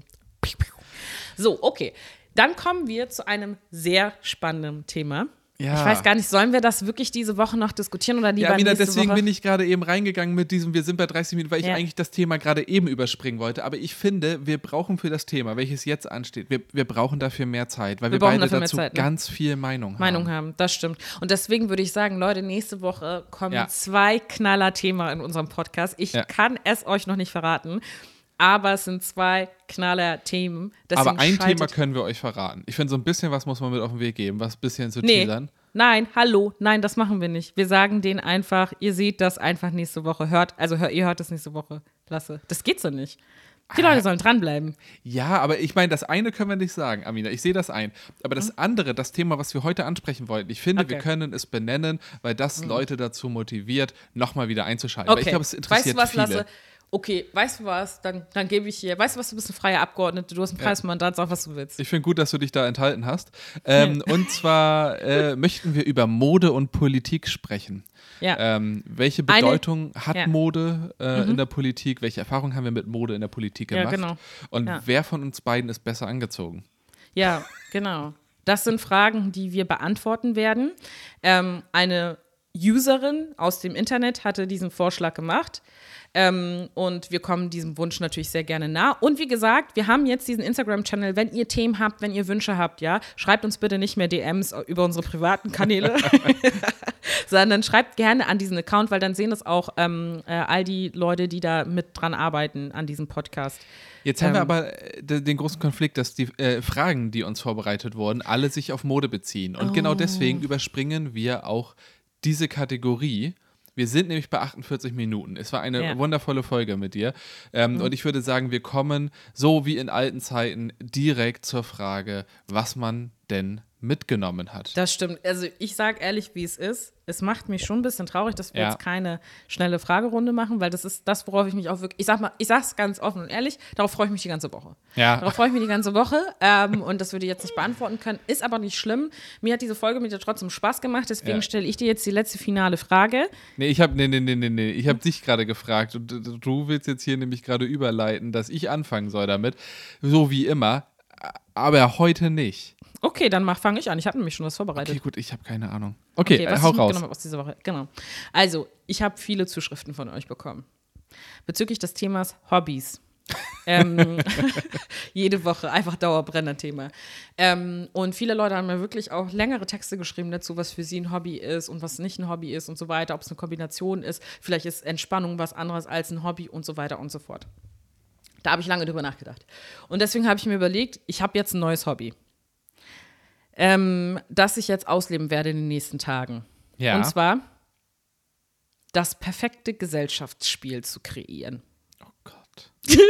Speaker 2: So, okay. Dann kommen wir zu einem sehr spannenden Thema. Ja. Ich weiß gar nicht, sollen wir das wirklich diese Woche noch diskutieren oder lieber
Speaker 1: ja, Amina,
Speaker 2: nächste
Speaker 1: deswegen
Speaker 2: Woche?
Speaker 1: bin ich gerade eben reingegangen mit diesem, wir sind bei dreißig Minuten, weil ich ja. eigentlich das Thema gerade eben überspringen wollte. Aber ich finde, wir brauchen für das Thema, welches jetzt ansteht, wir, wir brauchen dafür mehr Zeit, weil wir, wir beide dazu Zeit, ne? ganz viel Meinung haben.
Speaker 2: Meinung haben, das stimmt. Und deswegen würde ich sagen, Leute, nächste Woche kommen ja. zwei Knaller-Themen in unserem Podcast. Ich ja. kann es euch noch nicht verraten. Aber es sind zwei Knaller-Themen.
Speaker 1: Aber ein Thema können wir euch verraten. Ich finde, so ein bisschen was muss man mit auf den Weg geben, was ein bisschen zu
Speaker 2: nee.
Speaker 1: teasern.
Speaker 2: Nein, hallo, nein, das machen wir nicht. Wir sagen denen einfach, ihr seht das einfach nächste Woche. Hört, also hört, ihr hört das nächste Woche. Lasse. Das geht so nicht. Die Leute sollen dranbleiben.
Speaker 1: Ja, aber ich meine, das eine können wir nicht sagen, Amina. Ich sehe das ein. Aber das mhm. andere, das Thema, was wir heute ansprechen wollten, ich finde, okay. wir können es benennen, weil das mhm. Leute dazu motiviert, nochmal wieder einzuschalten.
Speaker 2: Okay.
Speaker 1: Weil ich glaube, es interessiert
Speaker 2: weißt du was,
Speaker 1: viele.
Speaker 2: Lasse? Okay, weißt du was, dann, dann gebe ich hier, weißt du was, du bist ein freier Abgeordneter, du hast ein freies ja. Mandat, sag, was du willst.
Speaker 1: Ich finde gut, dass du dich da enthalten hast. Ähm, und zwar äh, möchten wir über Mode und Politik sprechen. Ja. Ähm, welche Bedeutung Eine, hat ja. Mode äh, mhm. in der Politik? Welche Erfahrungen haben wir mit Mode in der Politik gemacht? Ja, genau. Und ja. wer von uns beiden ist besser angezogen?
Speaker 2: Ja, genau. Das sind Fragen, die wir beantworten werden. Ähm, eine Userin aus dem Internet hatte diesen Vorschlag gemacht. Ähm, und wir kommen diesem Wunsch natürlich sehr gerne nah. Und wie gesagt, wir haben jetzt diesen Instagram-Channel. Wenn ihr Themen habt, wenn ihr Wünsche habt, ja, schreibt uns bitte nicht mehr D Ms über unsere privaten Kanäle, sondern schreibt gerne an diesen Account, weil dann sehen das auch ähm, äh, all die Leute, die da mit dran arbeiten an diesem Podcast.
Speaker 1: Jetzt haben ähm, wir aber den großen Konflikt, dass die äh, Fragen, die uns vorbereitet wurden, alle sich auf Mode beziehen. Und oh. genau deswegen überspringen wir auch diese Kategorie Wir sind nämlich bei achtundvierzig Minuten. Es war eine
Speaker 2: Ja.
Speaker 1: wundervolle Folge mit dir. Ähm,
Speaker 2: Mhm.
Speaker 1: Und ich würde sagen, wir kommen, so wie in alten Zeiten, direkt zur Frage, was man denn mitgenommen hat.
Speaker 2: Das stimmt. Also ich sage ehrlich, wie es ist. Es macht mich schon ein bisschen traurig, dass wir
Speaker 1: Ja.
Speaker 2: jetzt keine schnelle Fragerunde machen, weil das ist das, worauf ich mich auch wirklich, ich sag mal, ich sag's ganz offen und ehrlich, darauf freue ich mich die ganze Woche.
Speaker 1: Ja.
Speaker 2: Darauf freue ich mich die ganze Woche ähm, und das würde ich jetzt nicht beantworten können, ist aber nicht schlimm. Mir hat diese Folge mit dir trotzdem Spaß gemacht, deswegen
Speaker 1: Ja.
Speaker 2: stelle ich dir jetzt die letzte finale Frage.
Speaker 1: Nee, ich habe nee, nee, nee, nee, nee. Ich habe dich gerade gefragt und du- du willst jetzt hier nämlich gerade überleiten, dass ich anfangen soll damit, so wie immer, aber heute nicht.
Speaker 2: Okay, dann fange ich an. Ich habe nämlich schon was vorbereitet.
Speaker 1: Okay, gut, ich habe keine Ahnung. Okay, äh,
Speaker 2: was
Speaker 1: hau
Speaker 2: ich
Speaker 1: raus.
Speaker 2: mitgenommen habe aus dieser Woche. Genau. Also, ich habe viele Zuschriften von euch bekommen. Bezüglich des Themas Hobbys. ähm, jede Woche, einfach Dauerbrenner-Thema. Ähm, und viele Leute haben mir wirklich auch längere Texte geschrieben dazu, was für sie ein Hobby ist und was nicht ein Hobby ist und so weiter, ob es eine Kombination ist. Vielleicht ist Entspannung was anderes als ein Hobby und so weiter und so fort. Da habe ich lange drüber nachgedacht. Und deswegen habe ich mir überlegt, ich habe jetzt ein neues Hobby. Ähm, das ich jetzt ausleben werde in den nächsten Tagen.
Speaker 1: Ja.
Speaker 2: Und zwar das perfekte Gesellschaftsspiel zu kreieren.
Speaker 1: Oh Gott.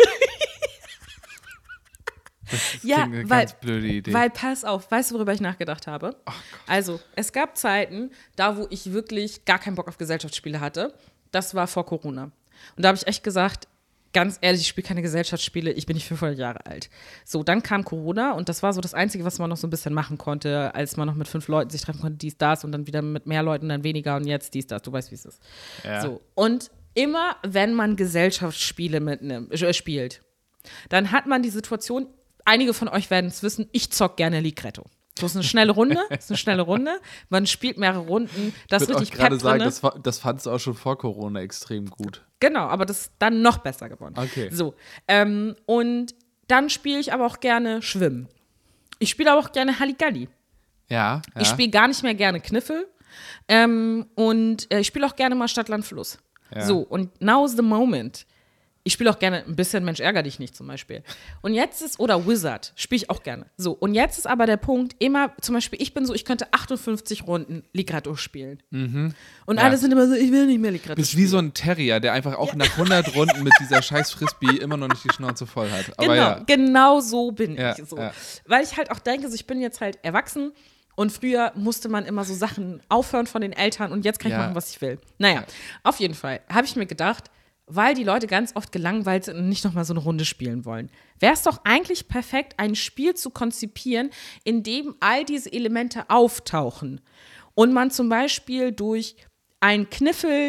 Speaker 1: Das
Speaker 2: Ja,
Speaker 1: klingt eine
Speaker 2: weil,
Speaker 1: ganz blöde Idee.
Speaker 2: weil, pass auf, weißt du, worüber ich nachgedacht habe?
Speaker 1: Oh
Speaker 2: Also, es gab Zeiten, da wo ich wirklich gar keinen Bock auf Gesellschaftsspiele hatte. Das war vor Corona. Und da habe ich echt gesagt, ganz ehrlich, ich spiele keine Gesellschaftsspiele, ich bin nicht fünfhundert Jahre alt. So, dann kam Corona und das war so das Einzige, was man noch so ein bisschen machen konnte, als man noch mit fünf Leuten sich treffen konnte, dies, das und dann wieder mit mehr Leuten, dann weniger und jetzt dies, das. Du weißt, wie es ist.
Speaker 1: Ja.
Speaker 2: So, und immer, wenn man Gesellschaftsspiele mitnimmt, äh, spielt, dann hat man die Situation, einige von euch werden es wissen, ich zock gerne Ligretto. So ist eine schnelle Runde, ist eine schnelle Runde. Man spielt mehrere Runden. Das
Speaker 1: ich
Speaker 2: ist
Speaker 1: würde
Speaker 2: richtig
Speaker 1: auch gerade
Speaker 2: Pep
Speaker 1: sagen,
Speaker 2: drinne.
Speaker 1: das, fa- das fandst du auch schon vor Corona extrem gut.
Speaker 2: Genau, aber das ist dann noch besser geworden.
Speaker 1: Okay.
Speaker 2: So, ähm, und dann spiele ich aber auch gerne Schwimmen. Ich spiele aber auch gerne Halligalli.
Speaker 1: Ja, ja.
Speaker 2: Ich spiele gar nicht mehr gerne Kniffel. Ähm, und äh, ich spiele auch gerne mal Stadt, Land, Fluss.
Speaker 1: Ja.
Speaker 2: So, und now's the moment. Ich spiele auch gerne ein bisschen Mensch, ärger dich nicht zum Beispiel. Und jetzt ist, oder Wizard, spiele ich auch gerne. So, und jetzt ist aber der Punkt, immer, zum Beispiel, ich bin so, ich könnte achtundfünfzig Runden Ligretto spielen. Und
Speaker 1: Ja.
Speaker 2: alle sind immer so, ich will nicht mehr Ligretto
Speaker 1: bist
Speaker 2: spielen.
Speaker 1: wie so ein Terrier, der einfach auch nach hundert Runden mit dieser scheiß Frisbee immer noch nicht die Schnauze voll hat. Aber
Speaker 2: Genau,
Speaker 1: ja.
Speaker 2: genau so bin
Speaker 1: Ja,
Speaker 2: ich. So.
Speaker 1: ja.
Speaker 2: Weil ich halt auch denke, so, ich bin jetzt halt erwachsen und früher musste man immer so Sachen aufhören von den Eltern und jetzt kann ich
Speaker 1: Ja.
Speaker 2: machen, was ich will. Naja, auf jeden Fall habe ich mir gedacht, weil die Leute ganz oft gelangweilt sind und nicht nochmal so eine Runde spielen wollen, wäre es doch eigentlich perfekt, ein Spiel zu konzipieren, in dem all diese Elemente auftauchen und man zum Beispiel durch ein Kniffel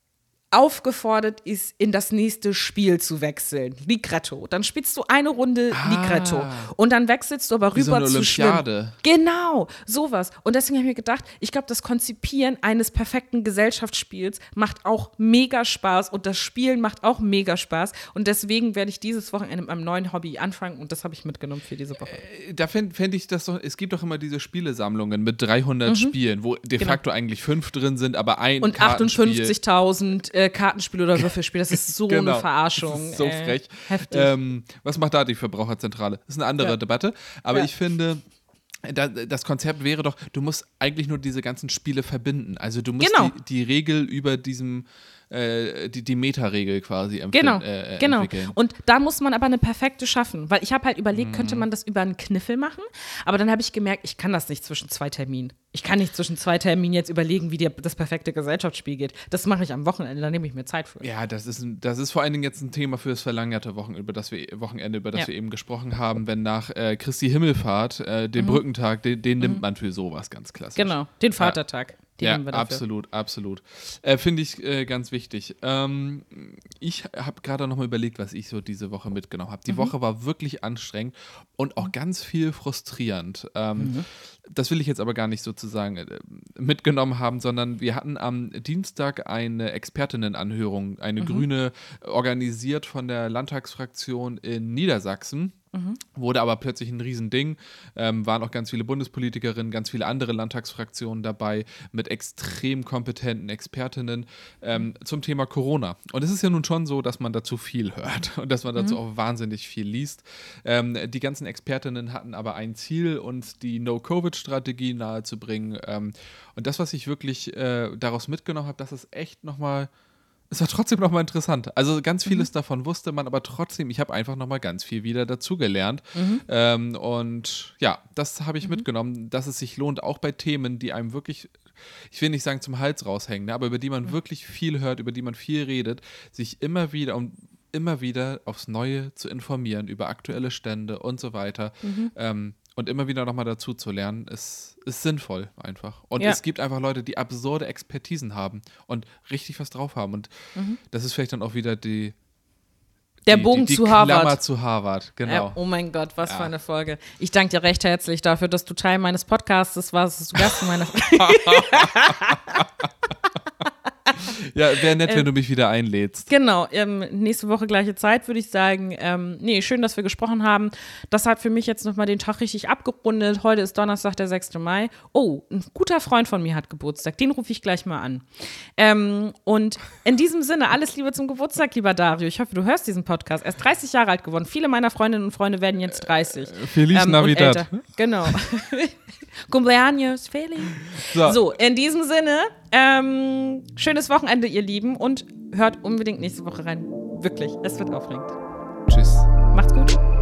Speaker 2: aufgefordert ist, in das nächste Spiel zu wechseln. Ligretto. Dann spielst du eine Runde Ligretto. Und dann wechselst du aber
Speaker 1: Ah. Wie so
Speaker 2: rüber
Speaker 1: eine
Speaker 2: zu
Speaker 1: Olympiade.
Speaker 2: Schwimmen. Genau, sowas. Und deswegen habe ich mir gedacht, ich glaube, das Konzipieren eines perfekten Gesellschaftsspiels macht auch mega Spaß und das Spielen macht auch mega Spaß. Und deswegen werde ich dieses Wochenende mit meinem neuen Hobby anfangen und das habe ich mitgenommen für diese Woche.
Speaker 1: Da fände fänd ich das doch, es gibt doch immer diese Spielesammlungen mit dreihundert Spielen, wo de
Speaker 2: Genau.
Speaker 1: facto eigentlich fünf drin sind, aber ein
Speaker 2: Und
Speaker 1: Kartenspiel.
Speaker 2: achtundfünfzigtausend äh, Kartenspiele oder Würfelspiele, das ist so
Speaker 1: Genau.
Speaker 2: eine Verarschung.
Speaker 1: Das ist so
Speaker 2: ey.
Speaker 1: frech.
Speaker 2: Heftig.
Speaker 1: Ähm, was macht da die Verbraucherzentrale? Das ist eine andere
Speaker 2: Ja.
Speaker 1: Debatte. Aber
Speaker 2: Ja.
Speaker 1: ich finde, da, das Konzept wäre doch, du musst eigentlich nur diese ganzen Spiele verbinden. Also du musst
Speaker 2: Genau.
Speaker 1: die, die Regel über diesem, äh, die, die Meta-Regel quasi empf-
Speaker 2: Genau,
Speaker 1: äh,
Speaker 2: genau.
Speaker 1: entwickeln.
Speaker 2: Und da muss man aber eine perfekte schaffen, weil ich habe halt überlegt,
Speaker 1: Mhm.
Speaker 2: könnte man das über einen Kniffel machen, aber dann habe ich gemerkt, ich kann das nicht zwischen zwei Terminen. Ich kann nicht zwischen zwei Terminen jetzt überlegen, wie dir das perfekte Gesellschaftsspiel geht. Das mache ich am Wochenende, da nehme ich mir Zeit für.
Speaker 1: Ja, das ist, ein, das ist vor allen Dingen jetzt ein Thema für das verlängerte Wochen, über das wir, Wochenende, über das
Speaker 2: Ja.
Speaker 1: wir eben gesprochen haben, wenn nach äh, Christi Himmelfahrt, äh, den Brückentag, den, den nimmt man für sowas ganz klassisch.
Speaker 2: Mhm. Genau, den Vatertag, den
Speaker 1: Ja,
Speaker 2: nehmen wir dafür.
Speaker 1: absolut, absolut. Äh, Finde ich äh, ganz wichtig. Ähm, ich habe gerade noch mal überlegt, was ich so diese Woche mitgenommen habe. Die
Speaker 2: Mhm.
Speaker 1: Woche war wirklich anstrengend und auch ganz viel frustrierend. Ähm, Das will ich jetzt aber gar nicht sozusagen äh, mitgenommen haben, sondern wir hatten am Dienstag eine Expertinnenanhörung, eine Grüne, organisiert von der Landtagsfraktion in Niedersachsen.
Speaker 2: Mhm.
Speaker 1: Wurde aber plötzlich ein Riesending, ähm, waren auch ganz viele Bundespolitikerinnen, ganz viele andere Landtagsfraktionen dabei mit extrem kompetenten Expertinnen ähm, zum Thema Corona. Und es ist ja nun schon so, dass man dazu viel hört und dass man dazu
Speaker 2: Mhm.
Speaker 1: auch wahnsinnig viel liest. Ähm, die ganzen Expertinnen hatten aber ein Ziel, uns die No-Covid-Strategie nahezubringen. Ähm, und das, was ich wirklich äh, daraus mitgenommen habe, das ist echt nochmal es war trotzdem nochmal interessant. Also ganz vieles mhm. davon wusste man, aber trotzdem, ich habe einfach nochmal ganz viel wieder dazugelernt.
Speaker 2: Mhm.
Speaker 1: Ähm, und ja, das habe ich
Speaker 2: mhm.
Speaker 1: mitgenommen, dass es sich lohnt, auch bei Themen, die einem wirklich, ich will nicht sagen zum Hals raushängen, ne, aber über die man mhm. wirklich viel hört, über die man viel redet, sich immer wieder und immer wieder aufs Neue zu informieren über aktuelle Stände und so weiter. Mhm. Ähm, und immer wieder nochmal dazu zu lernen, ist, ist sinnvoll einfach. Und ja. es gibt einfach Leute, die absurde Expertisen haben und richtig was drauf haben. Und mhm. das ist vielleicht dann auch wieder die
Speaker 2: Der
Speaker 1: die,
Speaker 2: Bogen
Speaker 1: die, die
Speaker 2: zu
Speaker 1: Klammer
Speaker 2: Harvard.
Speaker 1: zu Harvard, genau.
Speaker 2: Äh, oh mein Gott, was
Speaker 1: ja.
Speaker 2: für eine Folge. Ich danke dir recht herzlich dafür, dass du Teil meines Podcasts warst, dass du Gast in meiner
Speaker 1: Ja, wäre nett, ähm, wenn du mich wieder einlädst.
Speaker 2: Genau, ähm, nächste Woche gleiche Zeit, würde ich sagen. Ähm, nee, schön, dass wir gesprochen haben. Das hat für mich jetzt nochmal den Tag richtig abgerundet. Heute ist Donnerstag, der sechster Mai. Oh, ein guter Freund von mir hat Geburtstag. Den rufe ich gleich mal an. Ähm, und in diesem Sinne, alles Liebe zum Geburtstag, lieber Dario. Ich hoffe, du hörst diesen Podcast. Er ist dreißig Jahre alt geworden. Viele meiner Freundinnen und Freunde werden jetzt dreißig.
Speaker 1: Äh, Feliz ähm, Navidad.
Speaker 2: Genau. Cumpleaños, Feliz. So. so, in diesem Sinne, ähm, schönes Wochenende, ihr Lieben, und hört unbedingt nächste Woche rein. Wirklich, es wird aufregend.
Speaker 1: Tschüss.
Speaker 2: Macht's gut.